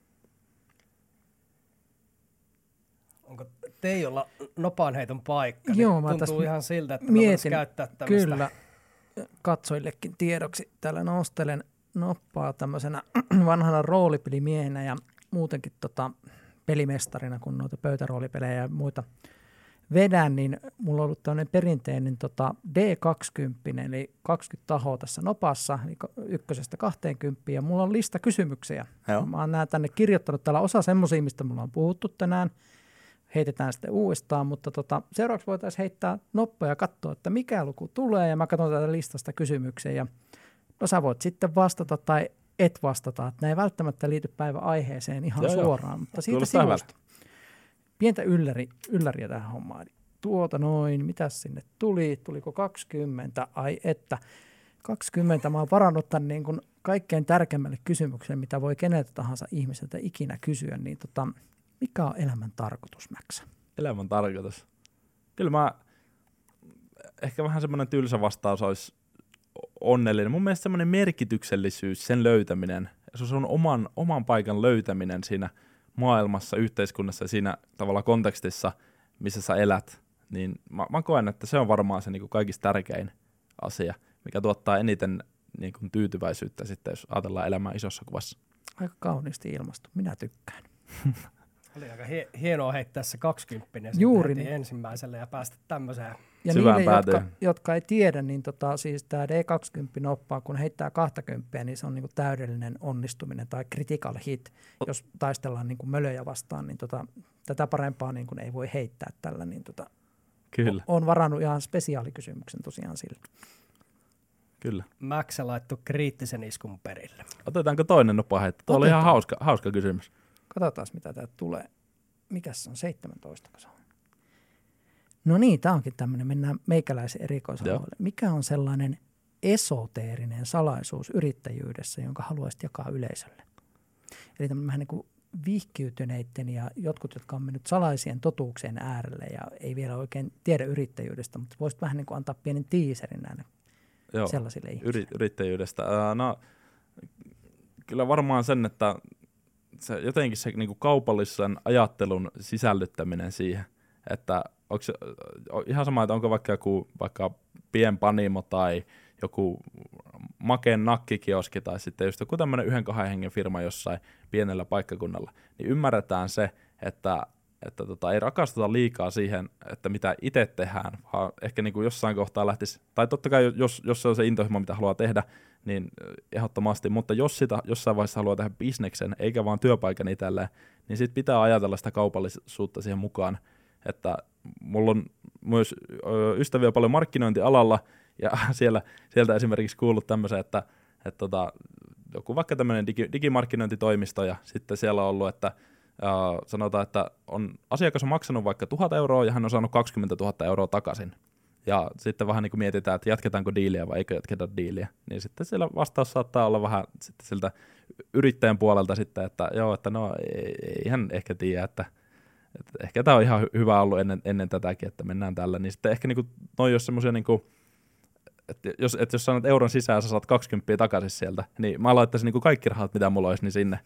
Onko Teijolla nopanheiton paikka? Joo, niin tuntuu ihan siltä, että mietin, käyttää tämmöistä. Kyllä, katsojillekin tiedoksi. Täällä nostelen noppaa tämmöisenä vanhana roolipelimiehenä ja muutenkin pelimestarina, kun noita pöytäroolipelejä ja muita vedän, niin mulla on ollut tämmöinen perinteinen D20, eli 20 tahoa tässä nopassa, eli 1–20, ja mulla on lista kysymyksiä. Joo. Mä oon nämä tänne kirjoittanut, täällä osa semmoisia, mistä mulla on puhuttu tänään, heitetään sitten uudestaan, mutta seuraavaksi voitaisiin heittää noppeja ja katsoa, että mikä luku tulee, ja mä katson tätä listasta kysymyksiä, ja no sä voit sitten vastata tai et vastata, että nämä ei välttämättä liity päivän aiheeseen ihan suoraan, mutta siitä sivusta. Pientä ylläriä tähän hommaan. Mitäs sinne tuli? Tuliko 20? Ai että, 20. Mä oon varannut tämän niin kuin kaikkein tärkeimmälle kysymykselle, mitä voi keneltä tahansa ihmiseltä ikinä kysyä, niin mikä on elämän tarkoitus, Mäksä? Elämän tarkoitus? Kyllä ehkä vähän semmoinen tylsä vastaus olisi onnellinen. Mun mielestä semmoinen merkityksellisyys, sen löytäminen, se on oman paikan löytäminen siinä maailmassa, yhteiskunnassa ja siinä tavalla kontekstissa, missä sä elät, niin mä koen, että se on varmaan se niin kuin kaikista tärkein asia, mikä tuottaa eniten niin kuin tyytyväisyyttä sitten, jos ajatellaan elämää isossa kuvassa. Aika kauniisti ilmastu. Minä tykkään. Oli aika hienoa heittää se 20 juuri niin. Ensimmäiselle ja päästä tämmöiseen. Ja niille, jotka ei tiedä, niin siis tämä D20-noppaa, kun heittää 20, niin se on niinku täydellinen onnistuminen tai critical hit. Jos taistellaan niinku mölöjä vastaan, niin tätä parempaa niinku ei voi heittää tällä. Niin Kyllä. On varannut ihan spesiaalikysymyksen tosiaan sille. Kyllä. Mäksä laittoi kriittisen iskun perille. Otetaanko toinen noppa heitto? Tuo oli ihan hauska kysymys. Katsotaan, mitä täältä tulee. Mikäs se on? 17, kun se on? No niin, tämä onkin tämmöinen, mennään meikäläisen erikoisalueelle. Mikä on sellainen esoteerinen salaisuus yrittäjyydessä, jonka haluaisit jakaa yleisölle? Eli tämmöinen vähän niin kuin vihkiytyneiden ja jotkut, jotka on mennyt salaisien totuuksien äärelle ja ei vielä oikein tiedä yrittäjyydestä, mutta voisit vähän niin kuin antaa pienen tiiserin näille sellaisille ihmisille. Yrittäjyydestä. No, kyllä varmaan sen, että jotenkin se niin kuin kaupallisen ajattelun sisällyttäminen siihen, että onko ihan sama, että onko vaikka pienpanimo tai joku makeen nakkikioski tai sitten just joku tämmöinen 1-2 hengen firma jossain pienellä paikkakunnalla, niin ymmärretään se, että ei rakastuta liikaa siihen, että mitä itse tehdään, vaan ehkä niin kuin jossain kohtaa lähtisi, tai totta kai jos se on se intohimo, mitä haluaa tehdä, niin ehdottomasti, mutta jos sitä jossain vaiheessa haluaa tehdä bisneksen, eikä vaan työpaikan itselleen, niin sitten pitää ajatella sitä kaupallisuutta siihen mukaan, että mulla on myös ystäviä paljon markkinointialalla, ja sieltä esimerkiksi kuullut tämmöisen, että joku vaikka tämmöinen digimarkkinointitoimisto, ja sitten siellä on ollut, että sanotaan, että asiakas on maksanut vaikka 1 000 euroa, ja hän on saanut 20 000 euroa takaisin. Ja sitten vähän niin kuin mietitään, että jatketaanko diiliä vai eikö jatketa diiliä. Niin sitten siellä vastaus saattaa olla vähän sitten siltä yrittäjän puolelta sitten, että joo, että no ei hän ehkä tiedä, että ehkä tämä on ihan hyvä ollut ennen tätäkin, että mennään tällä. Niin sitten ehkä niin kuin, noi jos semmoisia, niin kuin, että jos sanot euron sisään, sä saat 20 takaisin sieltä, niin mä laittaisin niin kuin kaikki rahat, mitä mulla olisi, niin sinne.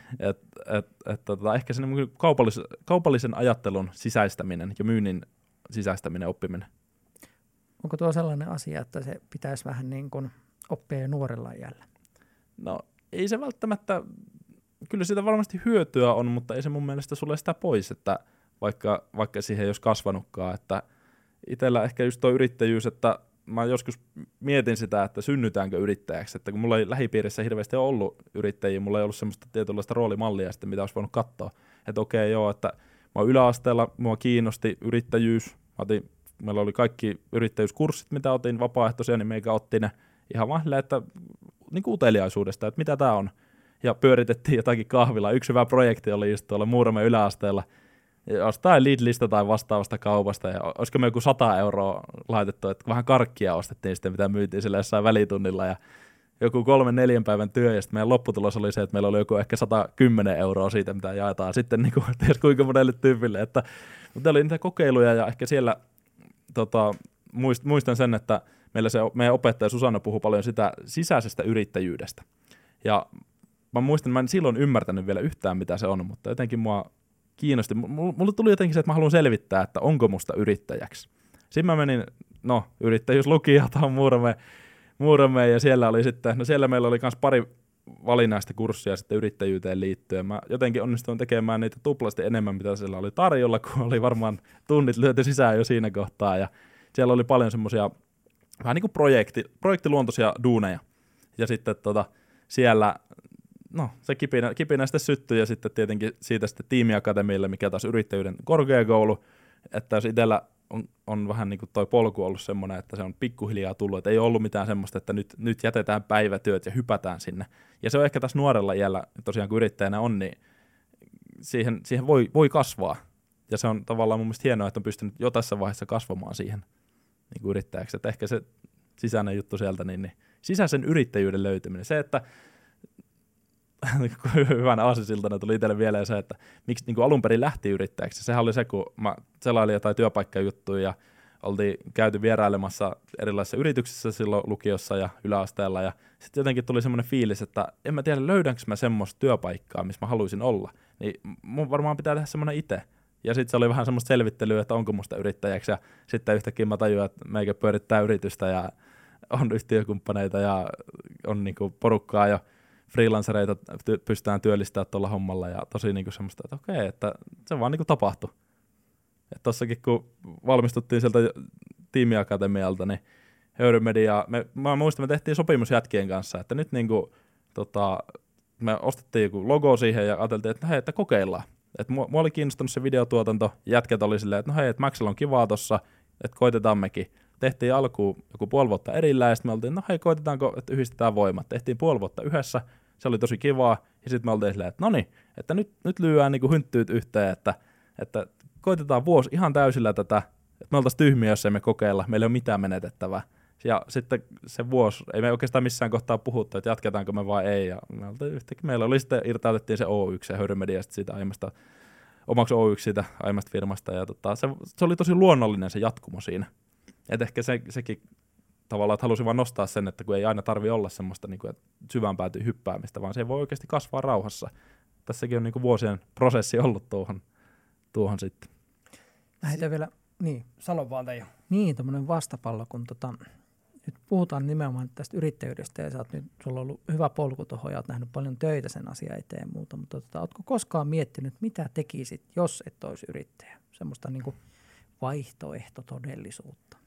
Ehkä se niin kaupallisen ajattelun sisäistäminen ja myynnin sisäistäminen, oppiminen. Onko tuo sellainen asia, että se pitäisi vähän niin kuin oppia jo nuorella iällä? No ei se välttämättä, kyllä siitä varmasti hyötyä on, mutta ei se mun mielestä sulle sitä pois, että vaikka siihen ei olisi kasvanutkaan. Että itsellä ehkä just tuo yrittäjyys, että mä joskus mietin sitä, että synnytäänkö yrittäjäksi, että kun mulla ei lähipiirissä hirveästi ollut yrittäjiä, mulla ei ollut semmoista tietynlaista roolimallia sitten, mitä olisi voinut katsoa. Että okei, joo, että mä oon yläasteella, mua kiinnosti yrittäjyys, meillä oli kaikki yrittäjyyskurssit, mitä otin vapaaehtoisia, niin meikä otti ne ihan vaan että niin kuin uteliaisuudesta, että mitä tää on. Ja pyöritettiin jotakin kahvilaa. Yksi hyvä projekti oli just tuolla Muuramen yläasteella. Jostain Lidlistä tai vastaavasta kaupasta. Ja olisiko me joku 100 euroa laitettu, että vähän karkkia ostettiin sitten, mitä myytiin sillä jossain välitunnilla. Ja joku 3-4 päivän työ, ja sitten meidän lopputulos oli se, että meillä oli joku ehkä 110 euroa siitä, mitä jaetaan sitten niin kuin, ties kuinka monelle tyypille. Mutta oli niitä kokeiluja, ja ehkä siellä muistan sen, että meidän opettaja Susanna puhui paljon sitä sisäisestä yrittäjyydestä. Ja mä en silloin ymmärtänyt vielä yhtään, mitä se on, mutta jotenkin mua kiinnosti. Mulle tuli jotenkin se, että mä haluan selvittää, että onko musta yrittäjäksi. Sitten mä menin, yrittäjyyslukija tuohon Muuremeen, ja siellä oli sitten, siellä meillä oli myös valinnaista kurssia sitten yrittäjyyteen liittyen. Mä jotenkin onnistuin tekemään niitä tuplasti enemmän, mitä siellä oli tarjolla, kun oli varmaan tunnit lyöty sisään jo siinä kohtaa. Ja siellä oli paljon semmoisia vähän niin kuin projektiluontoisia duuneja. Ja sitten siellä, no se kipinä sitten syttyi ja sitten tietenkin siitä sitten tiimiakatemialle, mikä taas yrittäjyyden korkeakoulu. Että jos itsellä on vähän niin kuin toi polku ollut semmoinen, että se on pikkuhiljaa tullut, että ei ollut mitään semmoista, että nyt jätetään päivätyöt ja hypätään sinne. Ja se on ehkä tässä nuorella iällä, tosiaan kun yrittäjänä on, niin siihen voi kasvaa. Ja se on tavallaan mun mielestä hienoa, että on pystynyt jo tässä vaiheessa kasvamaan siihen niin kuin yrittäjäksi. Että ehkä se sisäinen juttu sieltä, niin sisäisen yrittäjyyden löytyminen. Se, että hyvänä aasisiltana tuli itselle vielä se, että miksi niin kuin alun perin lähti yrittäjäksi. Sehän oli se, kun mä selailin jotain työpaikkajuttuja ja oltiin käyty vierailemassa erilaisissa yrityksissä silloin lukiossa ja yläasteella. Ja sitten jotenkin tuli semmoinen fiilis, että en mä tiedä löydänkö mä semmoista työpaikkaa, missä mä haluaisin olla. Niin mun varmaan pitää tehdä semmoinen itse. Ja sitten se oli vähän semmoista selvittelyä, että onko musta yrittäjäksi. Ja sitten yhtäkkiä mä tajuin, että meikä pyörittää yritystä ja on yhtiökumppaneita ja on niinku porukkaa jo. Freelancereita pystytään työllistämään tuolla hommalla ja tosi niinku semmoista, että okei, että se vaan niinku tapahtui. Että tossakin kun valmistuttiin sieltä tiimiakatemialta, niin Höyrymedia, mä muistan, me tehtiin sopimus jätkien kanssa, että nyt niinku, me ostettiin joku logo siihen ja ajateltiin, että hei, että kokeillaan. Että mua oli kiinnostunut se videotuotanto, jätkät oli silleen, että no hei, että Maxilla on kivaa tossa, että koitetaan mekin. Tehtiin alkuun joku puoli vuotta erillään, ja sitten me oltiin, no hei, koitetaanko, että yhdistetään voimat. Tehtiin puoli vuotta yhdessä, se oli tosi kivaa, ja sitten me oltiin silleen, että noniin, että nyt lyödään niinku hynttyyt yhteen, että koitetaan vuosi ihan täysillä tätä, että me oltaisiin tyhmiä, jos emme kokeilla, meillä ei ole mitään menetettävää. Ja sitten se vuosi, ei me oikeastaan missään kohtaa puhuttu, että jatketaanko me vai ei, ja meillä oli sitten, irtautettiin se Oy, se Höyrymedia siitä aiemmasta, omaksi Oy siitä aiemmasta firmasta, ja se oli tosi luonnollinen se jatkumo siinä. Et ehkä sekin tavallaan, että halusin vaan nostaa sen, että kun ei aina tarvitse olla semmoista niin kuin, että syvään päätyy hyppäämistä, vaan se voi oikeasti kasvaa rauhassa. Tässäkin on niin kuin vuosien prosessi ollut tuohon sitten. Heitä vielä, niin. Sano vaan Teijo. Niin, tämmöinen vastapallo, kun nyt puhutaan nimenomaan tästä yrittäjyydestä ja sulla on ollut hyvä polku tuohon ja olet nähnyt paljon töitä sen asian eteen ja muuta, mutta oletko koskaan miettinyt, mitä tekisit, jos et olisi yrittäjä? Semmoista niin kuin vaihtoehtotodellisuutta.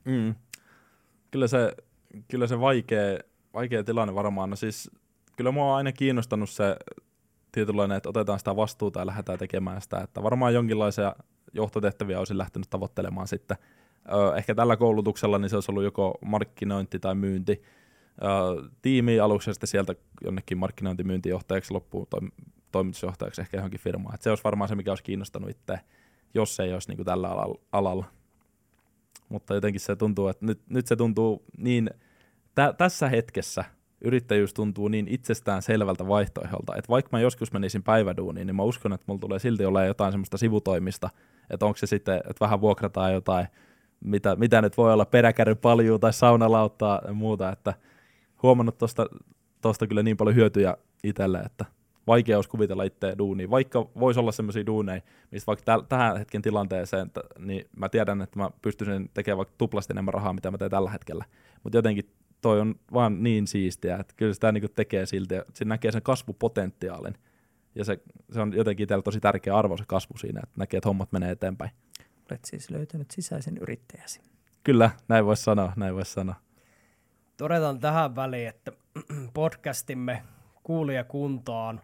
Kyllä se vaikea tilanne varmaan. No siis, kyllä mua on aina kiinnostanut se tietynlainen, että otetaan sitä vastuuta ja lähdetään tekemään sitä. Että varmaan jonkinlaisia johtotehtäviä olisin lähtenyt tavoittelemaan sitten. Ehkä tällä koulutuksella niin se olisi ollut joko markkinointi tai myynti. Tiimi aluksi ja sitten sieltä jonnekin markkinointimyyntijohtajaksi loppuun toimitusjohtajaksi ehkä johonkin firmaan. Et se olisi varmaan se, mikä olisi kiinnostanut itse, jos se ei olisi niin kuin tällä alalla. Mutta jotenkin se tuntuu, että nyt se tuntuu niin, tässä hetkessä yrittäjyys tuntuu niin itsestään selvältä vaihtoehdolta, että vaikka mä joskus menisin päiväduuniin, niin mä uskon, että mulla tulee silti olemaan jotain semmoista sivutoimista, että onko se sitten, että vähän vuokrataan jotain, mitä nyt voi olla, peräkärry paljuu tai saunalauttaa ja muuta, että huomannut tosta kyllä niin paljon hyötyjä itselle, että vaikea olisi kuvitella itseä duunia, vaikka voisi olla semmoisia duuneja, mistä vaikka tähän hetken tilanteeseen, niin mä tiedän, että mä pystyisin tekemään vaikka tuplasti enemmän rahaa, mitä mä teen tällä hetkellä. Mutta jotenkin toi on vaan niin siistiä, että kyllä sitä niinku tekee silti, ja siinä näkee sen kasvupotentiaalin. Ja se on jotenkin itsellä tosi tärkeä arvo se kasvu siinä, että näkee, että hommat menee eteenpäin. Olet siis löytänyt sisäisen yrittäjäsi. Kyllä, näin voisi sanoa. Todetaan tähän väliin, että podcastimme kuulijakuntaan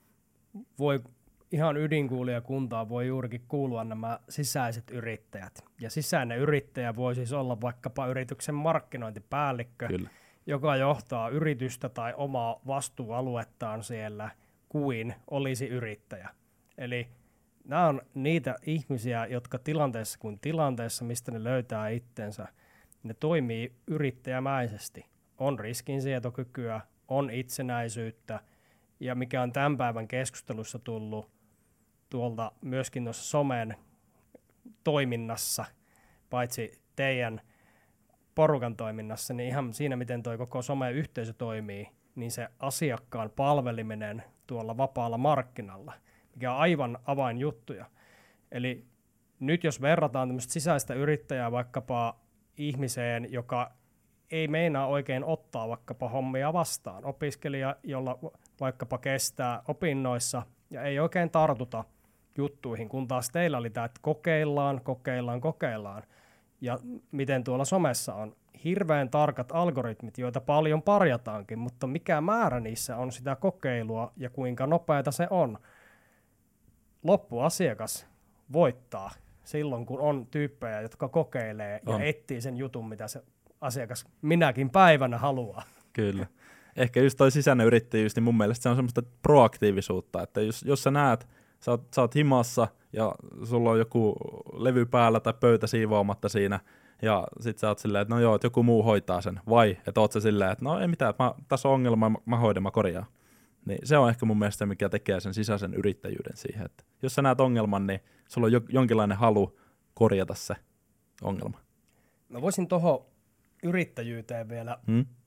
ihan ydinkuulijakuntaan voi juurikin kuulua nämä sisäiset yrittäjät. Ja sisäinen yrittäjä voi siis olla vaikkapa yrityksen markkinointipäällikkö, Kyllä. joka johtaa yritystä tai omaa vastuualuettaan siellä kuin olisi yrittäjä. Eli nämä on niitä ihmisiä, jotka tilanteessa kuin tilanteessa, mistä ne löytää itsensä, ne toimii yrittäjämäisesti. On riskinsietokykyä, on itsenäisyyttä, ja mikä on tämän päivän keskustelussa tullut tuolta myöskin tuossa somen toiminnassa, paitsi teidän porukan toiminnassa, niin ihan siinä, miten tuo koko someyhteisö toimii, niin se asiakkaan palveliminen tuolla vapaalla markkinalla, mikä on aivan avainjuttuja. Eli nyt jos verrataan tämmöistä sisäistä yrittäjää vaikkapa ihmiseen, joka ei meinaa oikein ottaa vaikkapa hommia vastaan. Opiskelija, jolla vaikkapa kestää opinnoissa ja ei oikein tartuta juttuihin, kun taas teillä oli tämä, että kokeillaan. Ja miten tuolla somessa on hirveän tarkat algoritmit, joita paljon parjataankin, mutta mikä määrä niissä on sitä kokeilua ja kuinka nopeata se on. Loppuasiakas voittaa silloin, kun on tyyppejä, jotka kokeilee ja etsii sen jutun, mitä se asiakas minäkin päivänä haluaa. Kyllä. Ehkä just toi sisäinen yrittäjyys, niin mun mielestä se on semmoista proaktiivisuutta, että jos sä näet, sä oot himassa ja sulla on joku levy päällä tai pöytä siivoamatta siinä, ja sit sä oot silleen, että no joo, että joku muu hoitaa sen, vai että oot sä silleen, että no ei mitään, tässä on ongelma, mä hoidan, mä korjaan. Niin se on ehkä mun mielestä se, mikä tekee sen sisäisen yrittäjyyden siihen, että jos sä näet ongelman, niin sulla on jonkinlainen halu korjata se ongelma. Mä voisin tuohon yrittäjyyteen vielä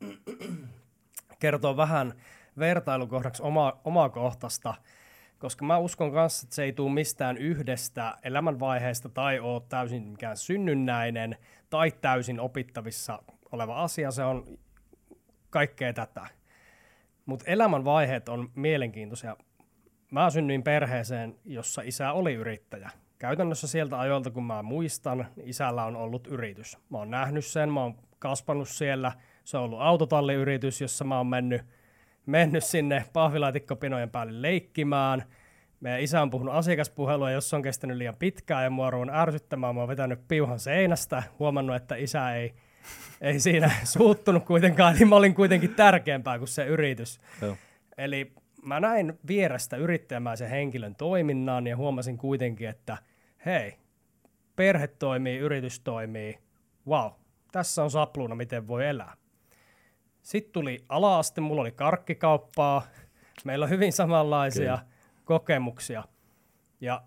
kertoa vähän vertailukohdaksi omakohtaista, koska mä uskon kanssa, että se ei tule mistään yhdestä elämänvaiheesta tai ole täysin mikään synnynnäinen tai täysin opittavissa oleva asia, se on kaikkea tätä. Mutta elämänvaiheet on mielenkiintoisia. Mä synnyin perheeseen, jossa isä oli yrittäjä. Käytännössä sieltä ajoilta, kun mä muistan, niin isällä on ollut yritys. Mä oon nähnyt sen, mä oon kasvanut siellä. Se on ollut autotalliyritys, jossa mä oon mennyt sinne pahvilaatikkopinojen päälle leikkimään. Meidän isä on puhunut asiakaspuhelua, jos on kestänyt liian pitkään ja mua on ärsyttämään. Mä oon vetänyt piuhan seinästä, huomannut, että isä ei siinä suuttunut kuitenkaan, niin mä olin kuitenkin tärkeämpää kuin se yritys. Joo. Eli mä näin vierestä yrittäjämäisen henkilön toiminnan ja huomasin kuitenkin, että hei, perhe toimii, yritys toimii, wow, tässä on sapluuna, miten voi elää. Sitten tuli ala-aste, mulla oli karkkikauppaa, meillä on hyvin samanlaisia kokemuksia. Ja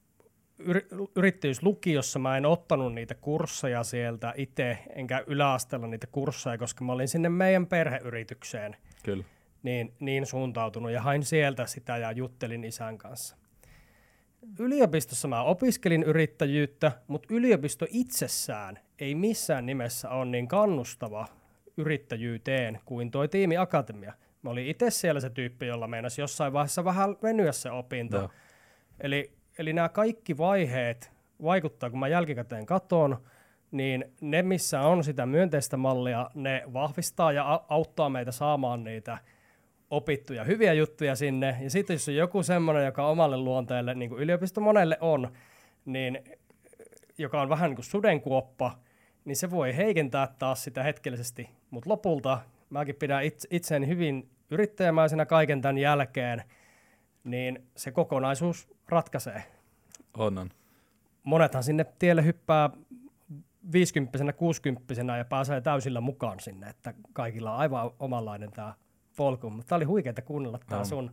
yrittäjyyslukiossa mä en ottanut niitä kursseja sieltä itse, enkä yläasteella niitä kursseja, koska mä olin sinne meidän perheyritykseen niin suuntautunut ja hain sieltä sitä ja juttelin isän kanssa. Yliopistossa mä opiskelin yrittäjyyttä, mutta yliopisto itsessään ei missään nimessä ole niin kannustava yrittäjyyteen kuin toi tiimiakatemia. Mä olin itse siellä se tyyppi, jolla meinasi jossain vaiheessa vähän venyä se opinto. No. Eli nämä kaikki vaiheet vaikuttaa, kun mä jälkikäteen katon, niin ne, missä on sitä myönteistä mallia, ne vahvistaa ja auttaa meitä saamaan niitä opittuja hyviä juttuja sinne. Ja sitten jos on joku semmoinen, joka omalle luonteelle, niin kuin yliopisto monelle on, niin, joka on vähän niin kuin sudenkuoppa, niin se voi heikentää taas sitä hetkellisesti. Mutta lopulta mäkin pidän itseäni hyvin yrittäjämäisenä kaiken tämän jälkeen, niin se kokonaisuus ratkaisee. On. Monethan sinne tielle hyppää 50-vuotiaana, 60-vuotiaana ja pääsee täysillä mukaan sinne, että kaikilla on aivan omanlainen tämä polku. Mutta tämä oli huikeaa kuunnella tämä sun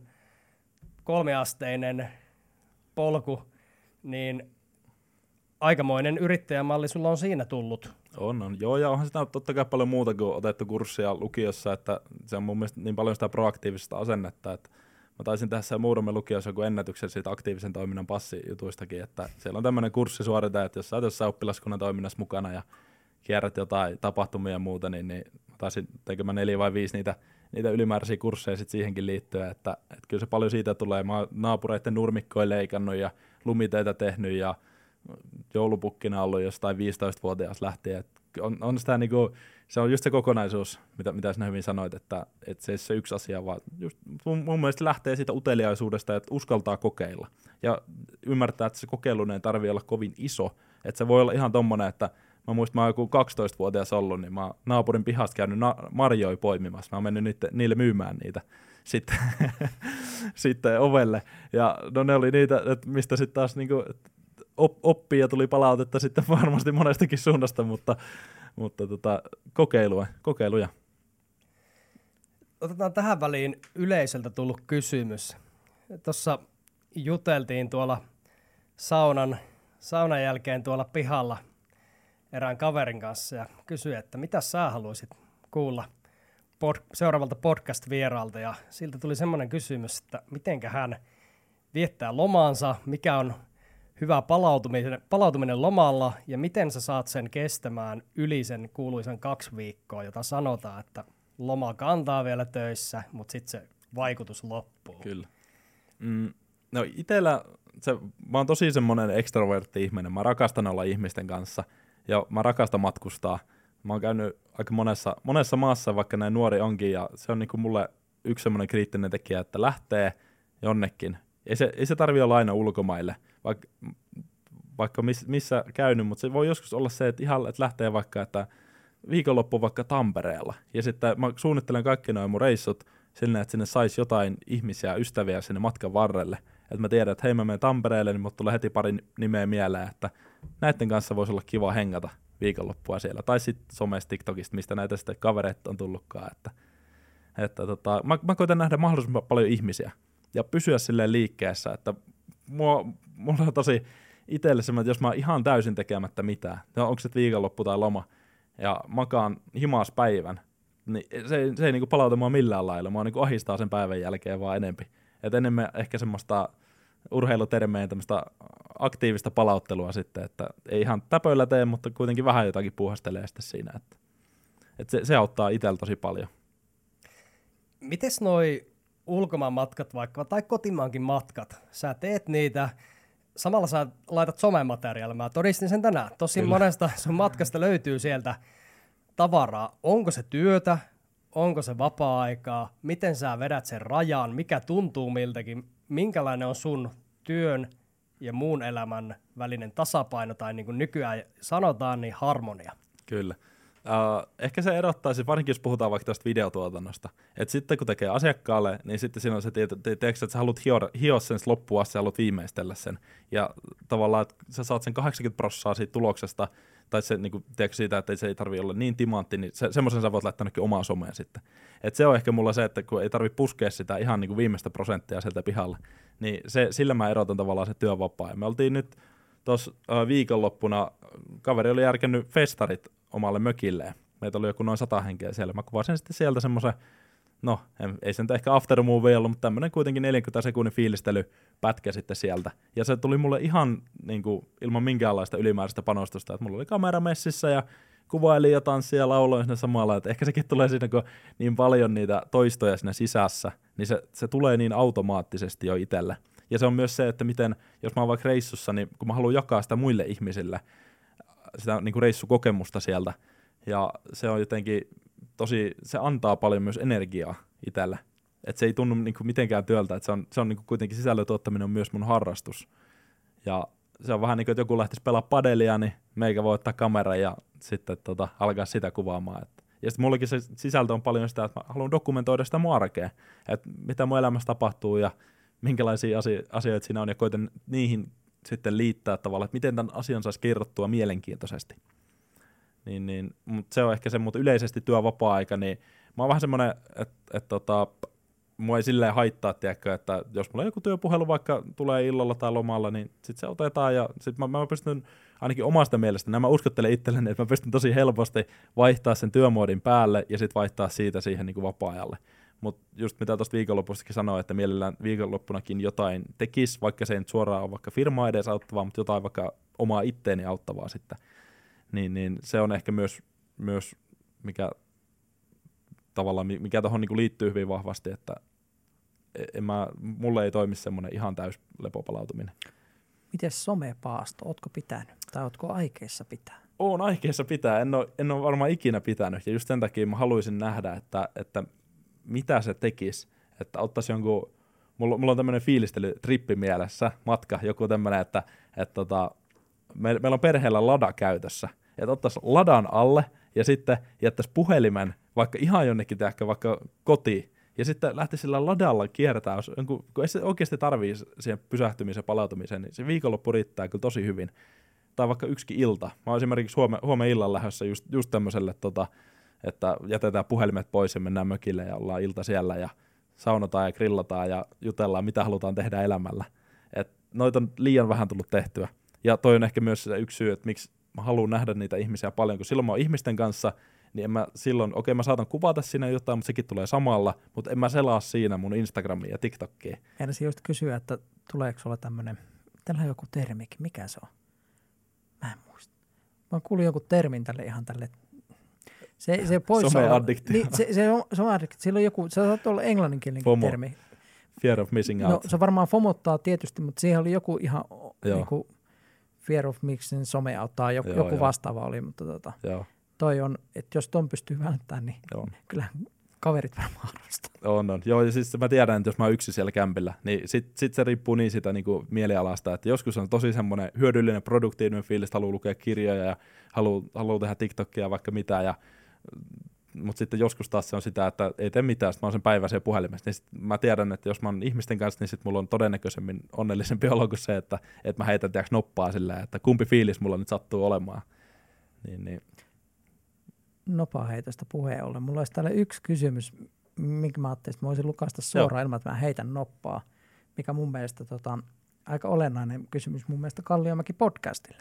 3-asteinen polku, niin aikamoinen yrittäjämalli sulla on siinä tullut. On. Joo, ja onhan sitä totta kai paljon muuta kuin otettu kurssia lukiossa, että se on mun mielestä niin paljon sitä proaktiivista asennetta, että mä taisin tehdä se Muurumme lukiossa joku ennätyksen siitä aktiivisen toiminnan passijutuistakin, että siellä on tämmöinen kurssi suorita, että jos sä oot jossain oppilaskunnan toiminnassa mukana ja kierrät jotain tapahtumia ja muuta, niin mä taisin tekemään 4 vai 5 niitä ylimääräisiä kursseja sit siihenkin liittyen, että kyllä se paljon siitä tulee. Mä oon naapureiden nurmikkoja leikannut ja lumiteitä tehnyt ja joulupukkina ollut jostain 15-vuotiaasta lähtien. On sitä niinku, se on just se kokonaisuus, mitä sinä hyvin sanoit, että se ei se yksi asia, vaan just mun mielestä lähtee siitä uteliaisuudesta, että uskaltaa kokeilla. Ja ymmärtää, että se kokeilu ei tarvitse olla kovin iso. Että se voi olla ihan tommonen, että mä muistan, mä oon joku 12-vuotias ollut, niin mä oon naapurin pihasta käynyt marjoja poimimassa. Mä oon mennyt niille myymään niitä sitten ovelle. Ja no ne oli niitä, että mistä sitten taas niinku oppii ja tuli palautetta sitten varmasti monestakin suunnasta, mutta kokeiluja. Otetaan tähän väliin yleisöltä tullut kysymys. Tuossa juteltiin tuolla saunan jälkeen tuolla pihalla erään kaverin kanssa ja kysyi, että mitä sä haluaisit kuulla seuraavalta podcast-vieraalta. Ja siltä tuli semmoinen kysymys, että mitenkä hän viettää lomaansa, mikä on hyvä palautuminen lomalla ja miten sä saat sen kestämään yli sen kuuluisen 2 viikkoa, jota sanotaan, että loma kantaa vielä töissä, mutta sitten se vaikutus loppuu. Kyllä. No itellä, mä oon tosi semmoinen extrovertti ihminen. Mä rakastan olla ihmisten kanssa ja mä rakastan matkustaa. Mä oon käynyt aika monessa maassa, vaikka näin nuori onkin, ja se on niinku mulle yksi semmoinen kriittinen tekijä, että lähtee jonnekin. Ei se tarvitse olla aina ulkomaille, vaikka missä käynyt, mutta se voi joskus olla se, että ihan että lähtee vaikka, että viikonloppu vaikka Tampereella. Ja sitten mä suunnittelen kaikki noin mun reissut sinne, että sinne saisi jotain ihmisiä, ystäviä sinne matkan varrelle. Että mä tiedän, että hei, mä menen Tampereelle, niin mut tulee heti pari nimeä mieleen, että näiden kanssa voisi olla kiva hengata viikonloppua siellä. Tai sitten somesta, TikTokista, mistä näitä sitten kavereita on tullutkaan. Mä koitan nähdä mahdollisimman paljon ihmisiä ja pysyä silleen liikkeessä, että mulla on tosi itselle semmoinen, että jos mä oon ihan täysin tekemättä mitään, onko se viikonloppu tai loma, ja makaan himas päivän, niin se ei niinku palauta mua millään lailla. Mua niinku ahistaa sen päivän jälkeen vaan enempi. Et enemmän ehkä semmoista urheilutermeen tämmöistä aktiivista palauttelua sitten, että ei ihan täpöillä tee, mutta kuitenkin vähän jotakin puuhastelee sitten siinä. Että se auttaa itsellä tosi paljon. Mites noi ulkomaan matkat vaikka, tai kotimaankin matkat, sä teet niitä, samalla sä laitat somemateriaalia, mä todistin sen tänään. Tosin monesta sun matkasta löytyy sieltä tavaraa. Onko se työtä, onko se vapaa-aikaa, miten sä vedät sen rajan, mikä tuntuu miltäkin, minkälainen on sun työn ja muun elämän välinen tasapaino, tai niin kuin nykyään sanotaan, niin harmonia. Kyllä. Ehkä se erottaisi, varsinkin jos puhutaan vaikka tästä videotuotannosta, että sitten kun tekee asiakkaalle, niin sitten siinä on se, että sä haluat hioa sen loppuun asti, sä haluat viimeistellä sen, ja tavallaan, että sä saat sen 80% siitä tuloksesta, tai se niin kuin, siitä, että se ei tarvitse olla niin timantti, niin semmoisen sä voit laittaa ainakin omaan someen sitten. Et se on ehkä mulla se, että kun ei tarvitse puskea sitä ihan niin kuin viimeistä prosenttia sieltä pihalle, niin sillä mä erotan tavallaan se työn vapaa. Me oltiin nyt tuossa viikonloppuna, kaveri oli järkännyt festarit omalle mökilleen. Meitä oli joku noin 100 henkeä siellä. Mä kuvasin sitten sieltä semmoisen, no ei se nyt ehkä aftermovie ollut, mutta tämmöinen kuitenkin 40 sekunnin fiilistelypätkä sitten sieltä. Ja se tuli mulle ihan niin kuin, ilman minkäänlaista ylimääräistä panostusta, että mulla oli kamera messissä ja kuvailin ja tanssia ja lauloin siinä samalla, että ehkä sekin tulee siinä, kun niin paljon niitä toistoja siinä sisässä, niin se tulee niin automaattisesti jo itselle. Ja se on myös se, että miten, jos mä oon vaikka reissussa, niin kun mä haluan jakaa sitä muille ihmisille, sitä niin kuin reissukokemusta sieltä, ja se on jotenkin se antaa paljon myös energiaa itselle, että se ei tunnu niin kuin mitenkään työltä, että se on niin kuin kuitenkin sisällön tuottaminen on myös mun harrastus, ja se on vähän niin kuin, että joku lähtisi pelaa padelia, niin meikä voi ottaa kameran ja sitten alkaa sitä kuvaamaan, ja sitten mullekin se sisältö on paljon sitä, että mä haluan dokumentoida sitä mun arkea, että mitä mun elämässä tapahtuu ja minkälaisia asioita siinä on, ja koitan niihin sitten liittää tavallaan, että miten tämän asian saisi kerrottua mielenkiintoisesti. Mutta se on ehkä se, mutta yleisesti työ vapaa-aika, niin mä oon vähän semmoinen, että mua ei silleen haittaa, tiedäkö, että jos mulla joku työpuhelu vaikka tulee illalla tai lomalla, niin sitten se otetaan, ja sitten mä pystyn ainakin omasta mielestä, mä uskottelen itselleni, että mä pystyn tosi helposti vaihtaa sen työmuodin päälle, ja sitten vaihtaa siitä siihen niin kuin vapaa-ajalle. Mutta just mitä tuosta viikonlopustakin sanoi, että mielellään viikonloppunakin jotain tekisi, vaikka se ei nyt suoraan ole vaikka firmaa edes auttavaa, mutta jotain vaikka omaa itteeni auttavaa sitten. Niin se on ehkä myös mikä tavallaan, mikä tuohon niinku liittyy hyvin vahvasti, että mulle ei toimi semmoinen ihan täys lepopalautuminen. Mites somepaasto? Ootko pitänyt tai ootko aikeissa pitää? Oon aikeissa pitää, en ole varmaan ikinä pitänyt, ja just sen takia mä haluaisin nähdä, että mitä se tekisi, että ottaisi jonkun, mulla on tämmöinen fiilistelytrippi mielessä, matka, joku tämmöinen, että meillä on perheellä lada käytössä, että ottaisi ladan alle ja sitten jättäisi puhelimen vaikka ihan jonnekin vaikka kotiin, ja sitten lähtisi sillä ladalla kiertää, kun ei se oikeasti tarvii siihen pysähtymiseen ja palautumiseen, niin se viikonloppu riittää kyllä tosi hyvin. Tai vaikka yksikin ilta. Mä oon esimerkiksi huomenna illan lähdössä just tämmöiselle, että jätetään puhelimet pois ja mennään mökille ja ollaan ilta siellä ja saunotaan ja grillataan ja jutellaan, mitä halutaan tehdä elämällä. Et noita on liian vähän tullut tehtyä. Ja toi on ehkä myös se yksi syy, että miksi mä haluan nähdä niitä ihmisiä paljon, kun silloin mä oon ihmisten kanssa, niin en mä silloin, mä saatan kuvata siinä jotain, mutta sekin tulee samalla, mutta en mä selaa siinä mun Instagramia ja TikTokia. Ensin just kysyä, että tuleeko sulla Tällä on joku termikin. Mikä se on? Mä en muista. Mä oon kuullut joku termin tälle ihan tälle. Se Some-addiktio. Niin, se on addiktio. Sillä on joku, se saattaa olla englanninkielinen termi. Fear of missing out. No se varmaan fomottaa tietysti, mutta siihen oli joku ihan niinku fear of missing some out tai joku vastaava oli, mutta toi on, että jos ton pystyy välttämään, niin kyllä kaverit varmaan arvostaa. On. Joo, ja siis mä tiedän, että jos mä oon yksin siellä kämpillä, niin sit se riippuu niin sitä niinku mielialasta, että joskus on tosi semmoinen hyödyllinen, produktiivinen fiilis, haluaa lukea kirjoja ja haluaa tehdä TikTokia vaikka mitä, mutta sitten joskus taas se on sitä, että ei tee mitään, sitten mä oon sen päivän siellä puhelimessa, niin sit mä tiedän, että jos mä oon ihmisten kanssa, niin sit mulla on todennäköisemmin onnellisempi olo kuin se, että mä heitän noppaa silleen, että kumpi fiilis mulla nyt sattuu olemaan. Niin. Nopaheitosta puheen ollen. Mulla olisi täällä yksi kysymys, minkä mä ajattelin, että mä voisin lukaista suoraan ilman, että mä heitän noppaa, mikä mun mielestä aika olennainen kysymys mun mielestä Kalliomäki-podcastille.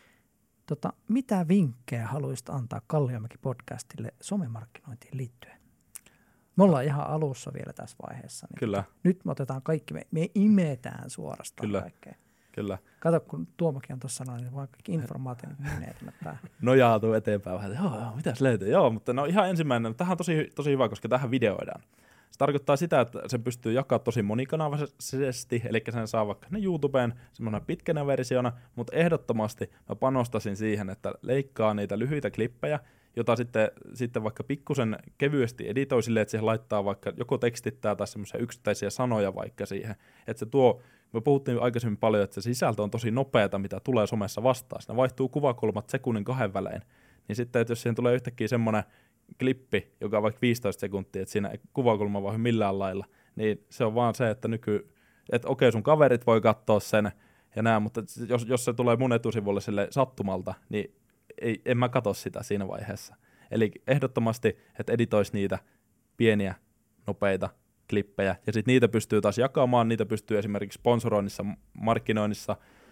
Mitä vinkkejä haluaisit antaa Kalliomäki-podcastille somemarkkinointiin liittyen? Me ollaan ihan alussa vielä tässä vaiheessa. Niin Kyllä. Nyt me otetaan kaikki, me imetään suorastaan kaikkea. Kyllä. Kato, kun Tuomokin on tuossa sanonut, niin vaan kaikki informaatio menee tänne päähän. Nojautuu eteenpäin vähän, että mitäs löytyy? Joo, mutta no ihan ensimmäinen, tämähän on tosi hyvä, koska tähän videoidaan. Se tarkoittaa sitä, että se pystyy jakamaan tosi monikanavaisesti, eli sen saa vaikka YouTubeen semmoinen pitkänä versiona, mutta ehdottomasti mä panostasin siihen, että leikkaa niitä lyhyitä klippejä, jota sitten vaikka pikkusen kevyesti editoi silleen, että siihen laittaa vaikka joko tekstittää tai semmoisia yksittäisiä sanoja vaikka siihen, että se tuo, me puhuttiin aikaisemmin paljon, että se sisältö on tosi nopeata, mitä tulee somessa vastaan, siinä vaihtuu kuvakulmat sekunnin 2 välein, niin sitten, että jos siihen tulee yhtäkkiä semmoinen klippi, joka on vaikka 15 sekuntia, että siinä ei kuvakulma vaihu millään lailla, niin se on vaan se, että että okei, sun kaverit voi katsoa sen ja nää, mutta jos se tulee mun etusivulle sille sattumalta, niin en mä katso sitä siinä vaiheessa. Eli ehdottomasti, että editoisi niitä pieniä, nopeita klippejä, ja sitten niitä pystyy taas jakamaan, niitä pystyy esimerkiksi sponsoroinnissa, markkinoinnissa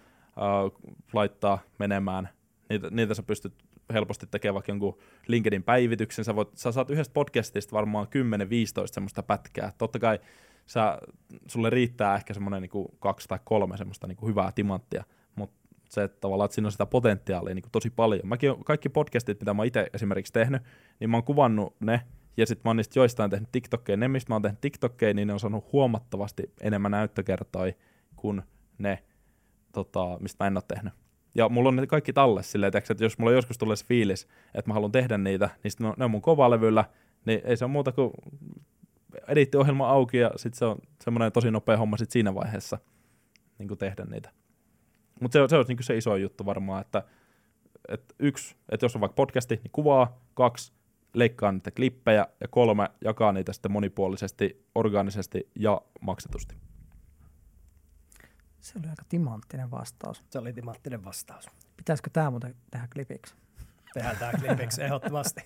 laittaa menemään, niitä sä pystyt helposti tekemään vaikka jonkun LinkedIn päivityksen, sä saat yhdestä podcastista varmaan 10-15 semmoista pätkää, totta kai sulle riittää ehkä semmoinen niinku 2 tai 3 semmoista niinku hyvää timanttia, mutta se, että tavallaan, että siinä on sitä potentiaalia niin kuin tosi paljon. Kaikki podcastit, mitä mä oon itse esimerkiksi tehnyt, niin mä oon kuvannut ne, ja sitten mä oon niistä joistain tehnyt TikTokkeja. Ne, mistä mä oon tehnyt TikTokkeja, niin ne on saanut huomattavasti enemmän näyttökertoja kuin ne, mistä mä en oo tehnyt. Ja mulla on ne kaikki tallessa silleen, että jos mulla joskus tulee se fiilis, että mä haluan tehdä niitä, niin ne on mun kovalevyllä, niin ei se ole muuta kuin edittiohjelma auki, ja sitten se on semmoinen tosi nopea homma sit siinä vaiheessa niin kuin tehdä niitä. Mutta se on niin se iso juttu varmaan, että 1, että jos on vaikka podcasti, niin kuvaa, 2, leikkaa niitä klippejä, ja 3, jakaa niitä sitten monipuolisesti, orgaanisesti ja maksetusti. Se oli aika timanttinen vastaus. Se oli timanttinen vastaus. Pitäisikö tämä muuten tehdä klipiksi? Tehdään tämä klipiksi ehdottomasti.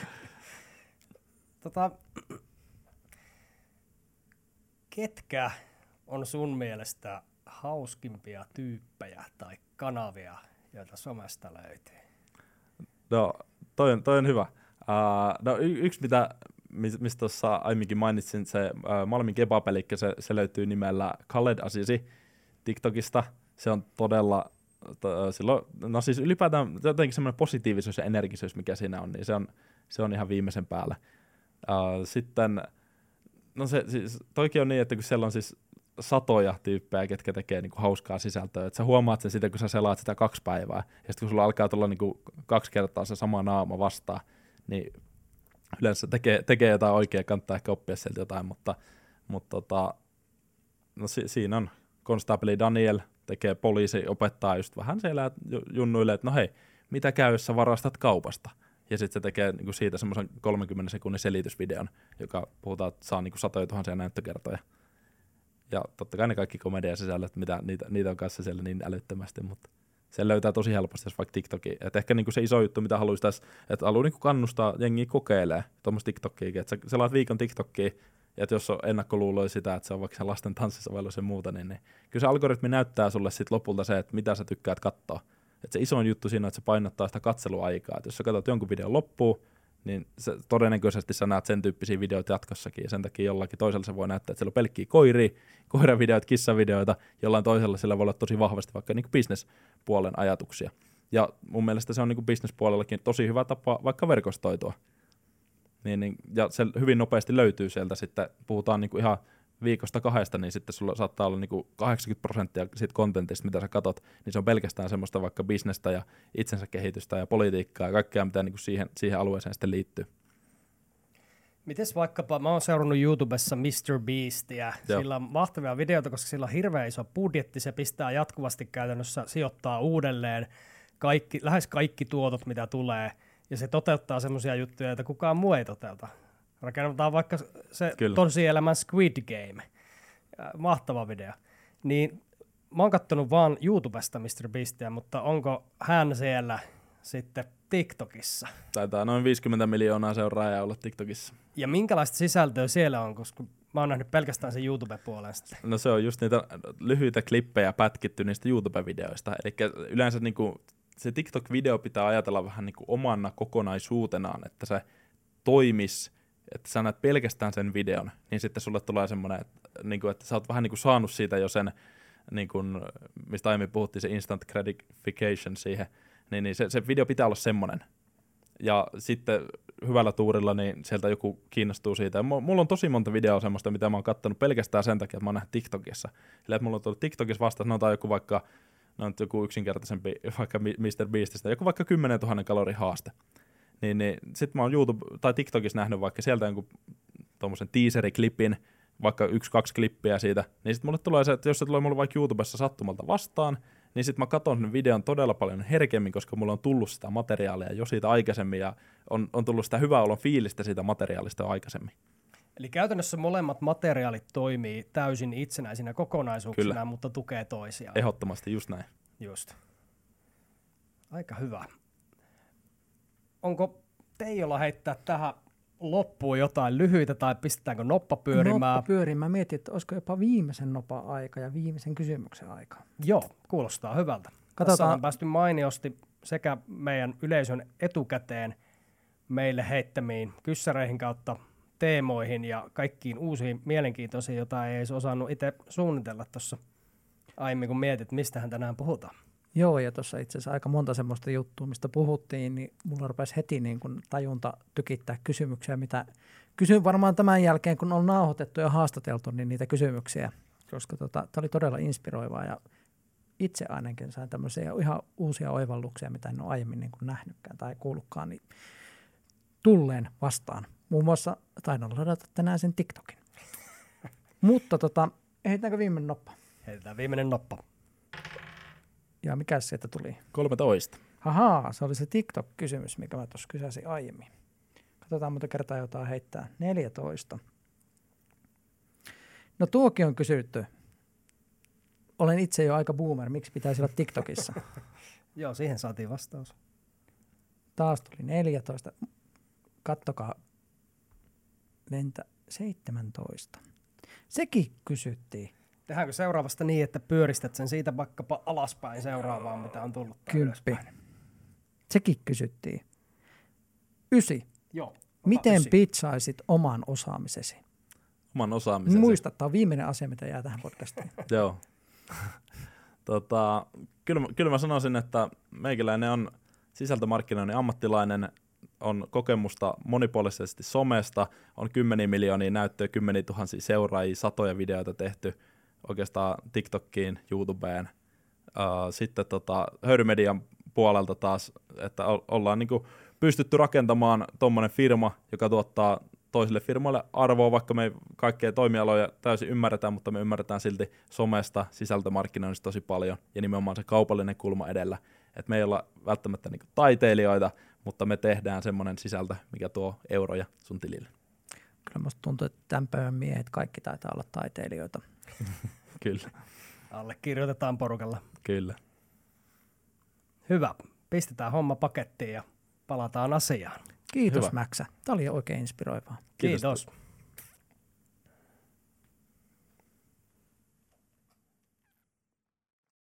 Ketkä on sun mielestä hauskimpia tyyppejä tai kanavia, joita somesta löytyy? No, toi on hyvä. Yksi, mistä tuossa aiemminkin mainitsin, se Malmin kebab, eli se löytyy nimellä Khaled Azizi TikTokista. Se on todella, no siis ylipäätään jotenkin semmoinen positiivisuus ja energisyys, mikä siinä on, niin se on ihan viimeisen päällä. Sitten, no se siis, toikin on niin, että kun siellä on siis satoja tyyppejä, ketkä tekee niinku hauskaa sisältöä. Et sä huomaat sen sitä, kun sä selaat sitä 2 päivää, ja sitten kun sulla alkaa tulla niinku 2 kertaa se sama naama vastaan, niin yleensä tekee jotain oikeaa, kannattaa ehkä oppia sieltä jotain, mutta no siinä on konstaapeli Daniel, tekee poliisi, opettaa just vähän siellä junnuille, että no hei, mitä käy, jos sä varastat kaupasta? Ja sitten se tekee niinku siitä semmoisen 30 sekunnin selitysvideon, joka puhutaan, että saa niinku 100,000 näyttökertoja. Ja totta kai ne kaikki komediasisällöt, mitä niitä on kanssa siellä niin älyttömästi, mutta se löytää tosi helposti, jos vaikka TikTokia. Et ehkä niinku se iso juttu, mitä haluaisi tässä, että haluaa niinku kannustaa jengiä kokeilemaan tuommoista TikTokiakin. Että sä laat viikon TikTokia, ja että jos on ennakkoluuloja sitä, että se on vaikka se lasten tanssisovellus ja muuta, niin kyllä se algoritmi näyttää sulle sit lopulta se, että mitä sä tykkäät katsoa. Et se isoin juttu siinä on, että se painottaa sitä katseluaikaa. Et jos sä katsot jonkun videon loppuun, niin todennäköisesti sä näet sen tyyppisiä videoita jatkossakin, ja sen takia jollakin toisella se voi näyttää, että siellä on pelkkiä koiravideoita, kissavideoita, jollain toisella sillä voi olla tosi vahvasti vaikka niin kuin business-puolen ajatuksia. Ja mun mielestä se on niin kuin business-puolellakin tosi hyvä tapa vaikka verkostoitua. Ja se hyvin nopeasti löytyy sieltä sitten, puhutaan niin kuin ihan viikosta 2, niin sitten sulla saattaa olla niin kuin 80% siitä kontentista, mitä sä katot, niin se on pelkästään semmoista vaikka bisnestä ja itsensä kehitystä ja politiikkaa ja kaikkea, mitä niin kuin siihen alueeseen sitten liittyy. Mites vaikkapa, mä oon seurannut YouTubessa Mr. Beastia, sillä on mahtavia videoita, koska sillä on hirveän iso budjetti, se pistää jatkuvasti käytännössä, sijoittaa uudelleen lähes kaikki tuotot, mitä tulee, ja se toteuttaa semmoisia juttuja, joita kukaan muu ei toteuta. Rakennetaan vaikka se tosielämän Squid Game. Mahtava video. Niin mä oon kattonut vaan YouTubesta Mr. Beastia, mutta onko hän siellä sitten TikTokissa? Taitaa noin 50 miljoonaa seuraajaa olla TikTokissa. Ja minkälaista sisältöä siellä on, koska mä oon nähnyt pelkästään sen YouTube-puolen sitten. No se on just niitä lyhyitä klippejä pätkitty niistä YouTube-videoista. Eli yleensä niinku se TikTok-video pitää ajatella vähän niinku omana kokonaisuutenaan, että se toimisi, että sä näet pelkästään sen videon, niin sitten sulle tulee semmoinen, että sä oot vähän saanut siitä jo sen, mistä aiemmin puhuttiin, se instant gratification siihen, niin se video pitää olla semmoinen. Ja sitten hyvällä tuurilla, niin sieltä joku kiinnostuu siitä. Ja mulla on tosi monta videoa semmoista, mitä mä oon kattonut pelkästään sen takia, että mä oon nähnyt TikTokissa. Eli että mulla on tullut TikTokissa vastaan, että joku vaikka, joku yksinkertaisempi, vaikka Mr. Beastistä, joku vaikka 10 000 kalorin haaste. Niin sitten mä oon tai TikTokissa nähnyt vaikka sieltä jonkun tommosen teaseriklipin, vaikka 1-2 klippiä siitä, niin sitten mulle tulee se, että jos se tulee mulle vaikka YouTubessa sattumalta vastaan, niin sitten mä katson sen videon todella paljon herkemmin, koska mulla on tullut sitä materiaalia jo siitä aikaisemmin, ja on tullut sitä hyvää olon fiilistä siitä materiaalista jo aikaisemmin. Eli käytännössä molemmat materiaalit toimii täysin itsenäisinä kokonaisuuksina, kyllä, mutta tukee toisiaan. Ehdottomasti, just näin. Just. Aika hyvä. Onko Teijolla heittää tähän loppuun jotain lyhyitä tai pistetäänkö noppa pyörimään? Noppa pyörimään. Mietin, että olisiko jopa viimeisen nopan aika ja viimeisen kysymyksen aika. Joo, kuulostaa hyvältä. Tässä on päästy mainiosti sekä meidän yleisön etukäteen meille heittämiin kyssäreihin kautta teemoihin ja kaikkiin uusiin mielenkiintoisiin, joita ei edes osannut itse suunnitella tuossa aiemmin, kun mietit, mistähän tänään puhutaan. Joo, ja tuossa itse asiassa aika monta semmoista juttua, mistä puhuttiin, niin mulla rupesi heti niin kun tajunta tykittää kysymyksiä, mitä kysyn varmaan tämän jälkeen, kun on nauhoitettu ja haastateltu, niin niitä kysymyksiä, koska tämä oli todella inspiroivaa, ja itse ainakin sain tämmöisiä ihan uusia oivalluksia, mitä en ole aiemmin niin kuin nähnytkään tai kuullutkaan, niin tulleen vastaan. Muun muassa taidan ladata tänään sen TikTokin. Mutta heitetäänkö viimeinen noppa? Heitetään viimeinen noppa. Ja mikä sieltä tuli? 13. Ahaa, se oli se TikTok-kysymys, mikä mä tuossa kysäsin aiemmin. Katsotaan monta kertaa jotain heittää. 14. No tuokin on kysytty. Olen itse jo aika boomer, miksi pitäisi olla TikTokissa? Joo, siihen saatiin vastaus. Taas tuli 14. Kattokaa. 17. Sekin kysyttiin. Tehdäänkö seuraavasta niin, että pyöristät sen siitä vaikkapa alaspäin seuraavaan, mitä on tullut? 10. Sekin kysyttiin. 9. Joo. Miten 9. pizzaisit oman osaamisesi? Oman osaamisesi? Muista, tämä on viimeinen asia, mitä jää tähän podcastiin. Joo. Kyllä mä sanoisin, että meikäläinen on sisältömarkkinoinnin ammattilainen, on kokemusta monipuolisesti somesta, on 10 miljoonia näyttöjä, 10 000 seuraajia, satoja videoita tehty oikeastaan TikTokiin, YouTubeen. Sitten höyrymedian puolelta taas, että ollaan niinku pystytty rakentamaan tommonen firma, joka tuottaa toisille firmoille arvoa, vaikka me kaikkia toimialoja täysin ymmärretään, mutta me ymmärretään silti somesta, sisältömarkkinoinnista tosi paljon, ja nimenomaan se kaupallinen kulma edellä. Että me ei olla välttämättä niinku taiteilijoita, mutta me tehdään semmoinen sisältö, mikä tuo euroja sun tilille. Kyllä musta tuntuu, että tämän päivän miehet kaikki taitaa olla taiteilijoita. Kyllä. Allekirjoitetaan porukalla. Kyllä. Hyvä. Pistetään homma pakettiin ja palataan asiaan. Kiitos Mäksä. Tämä oli oikein inspiroivaa. Kiitos.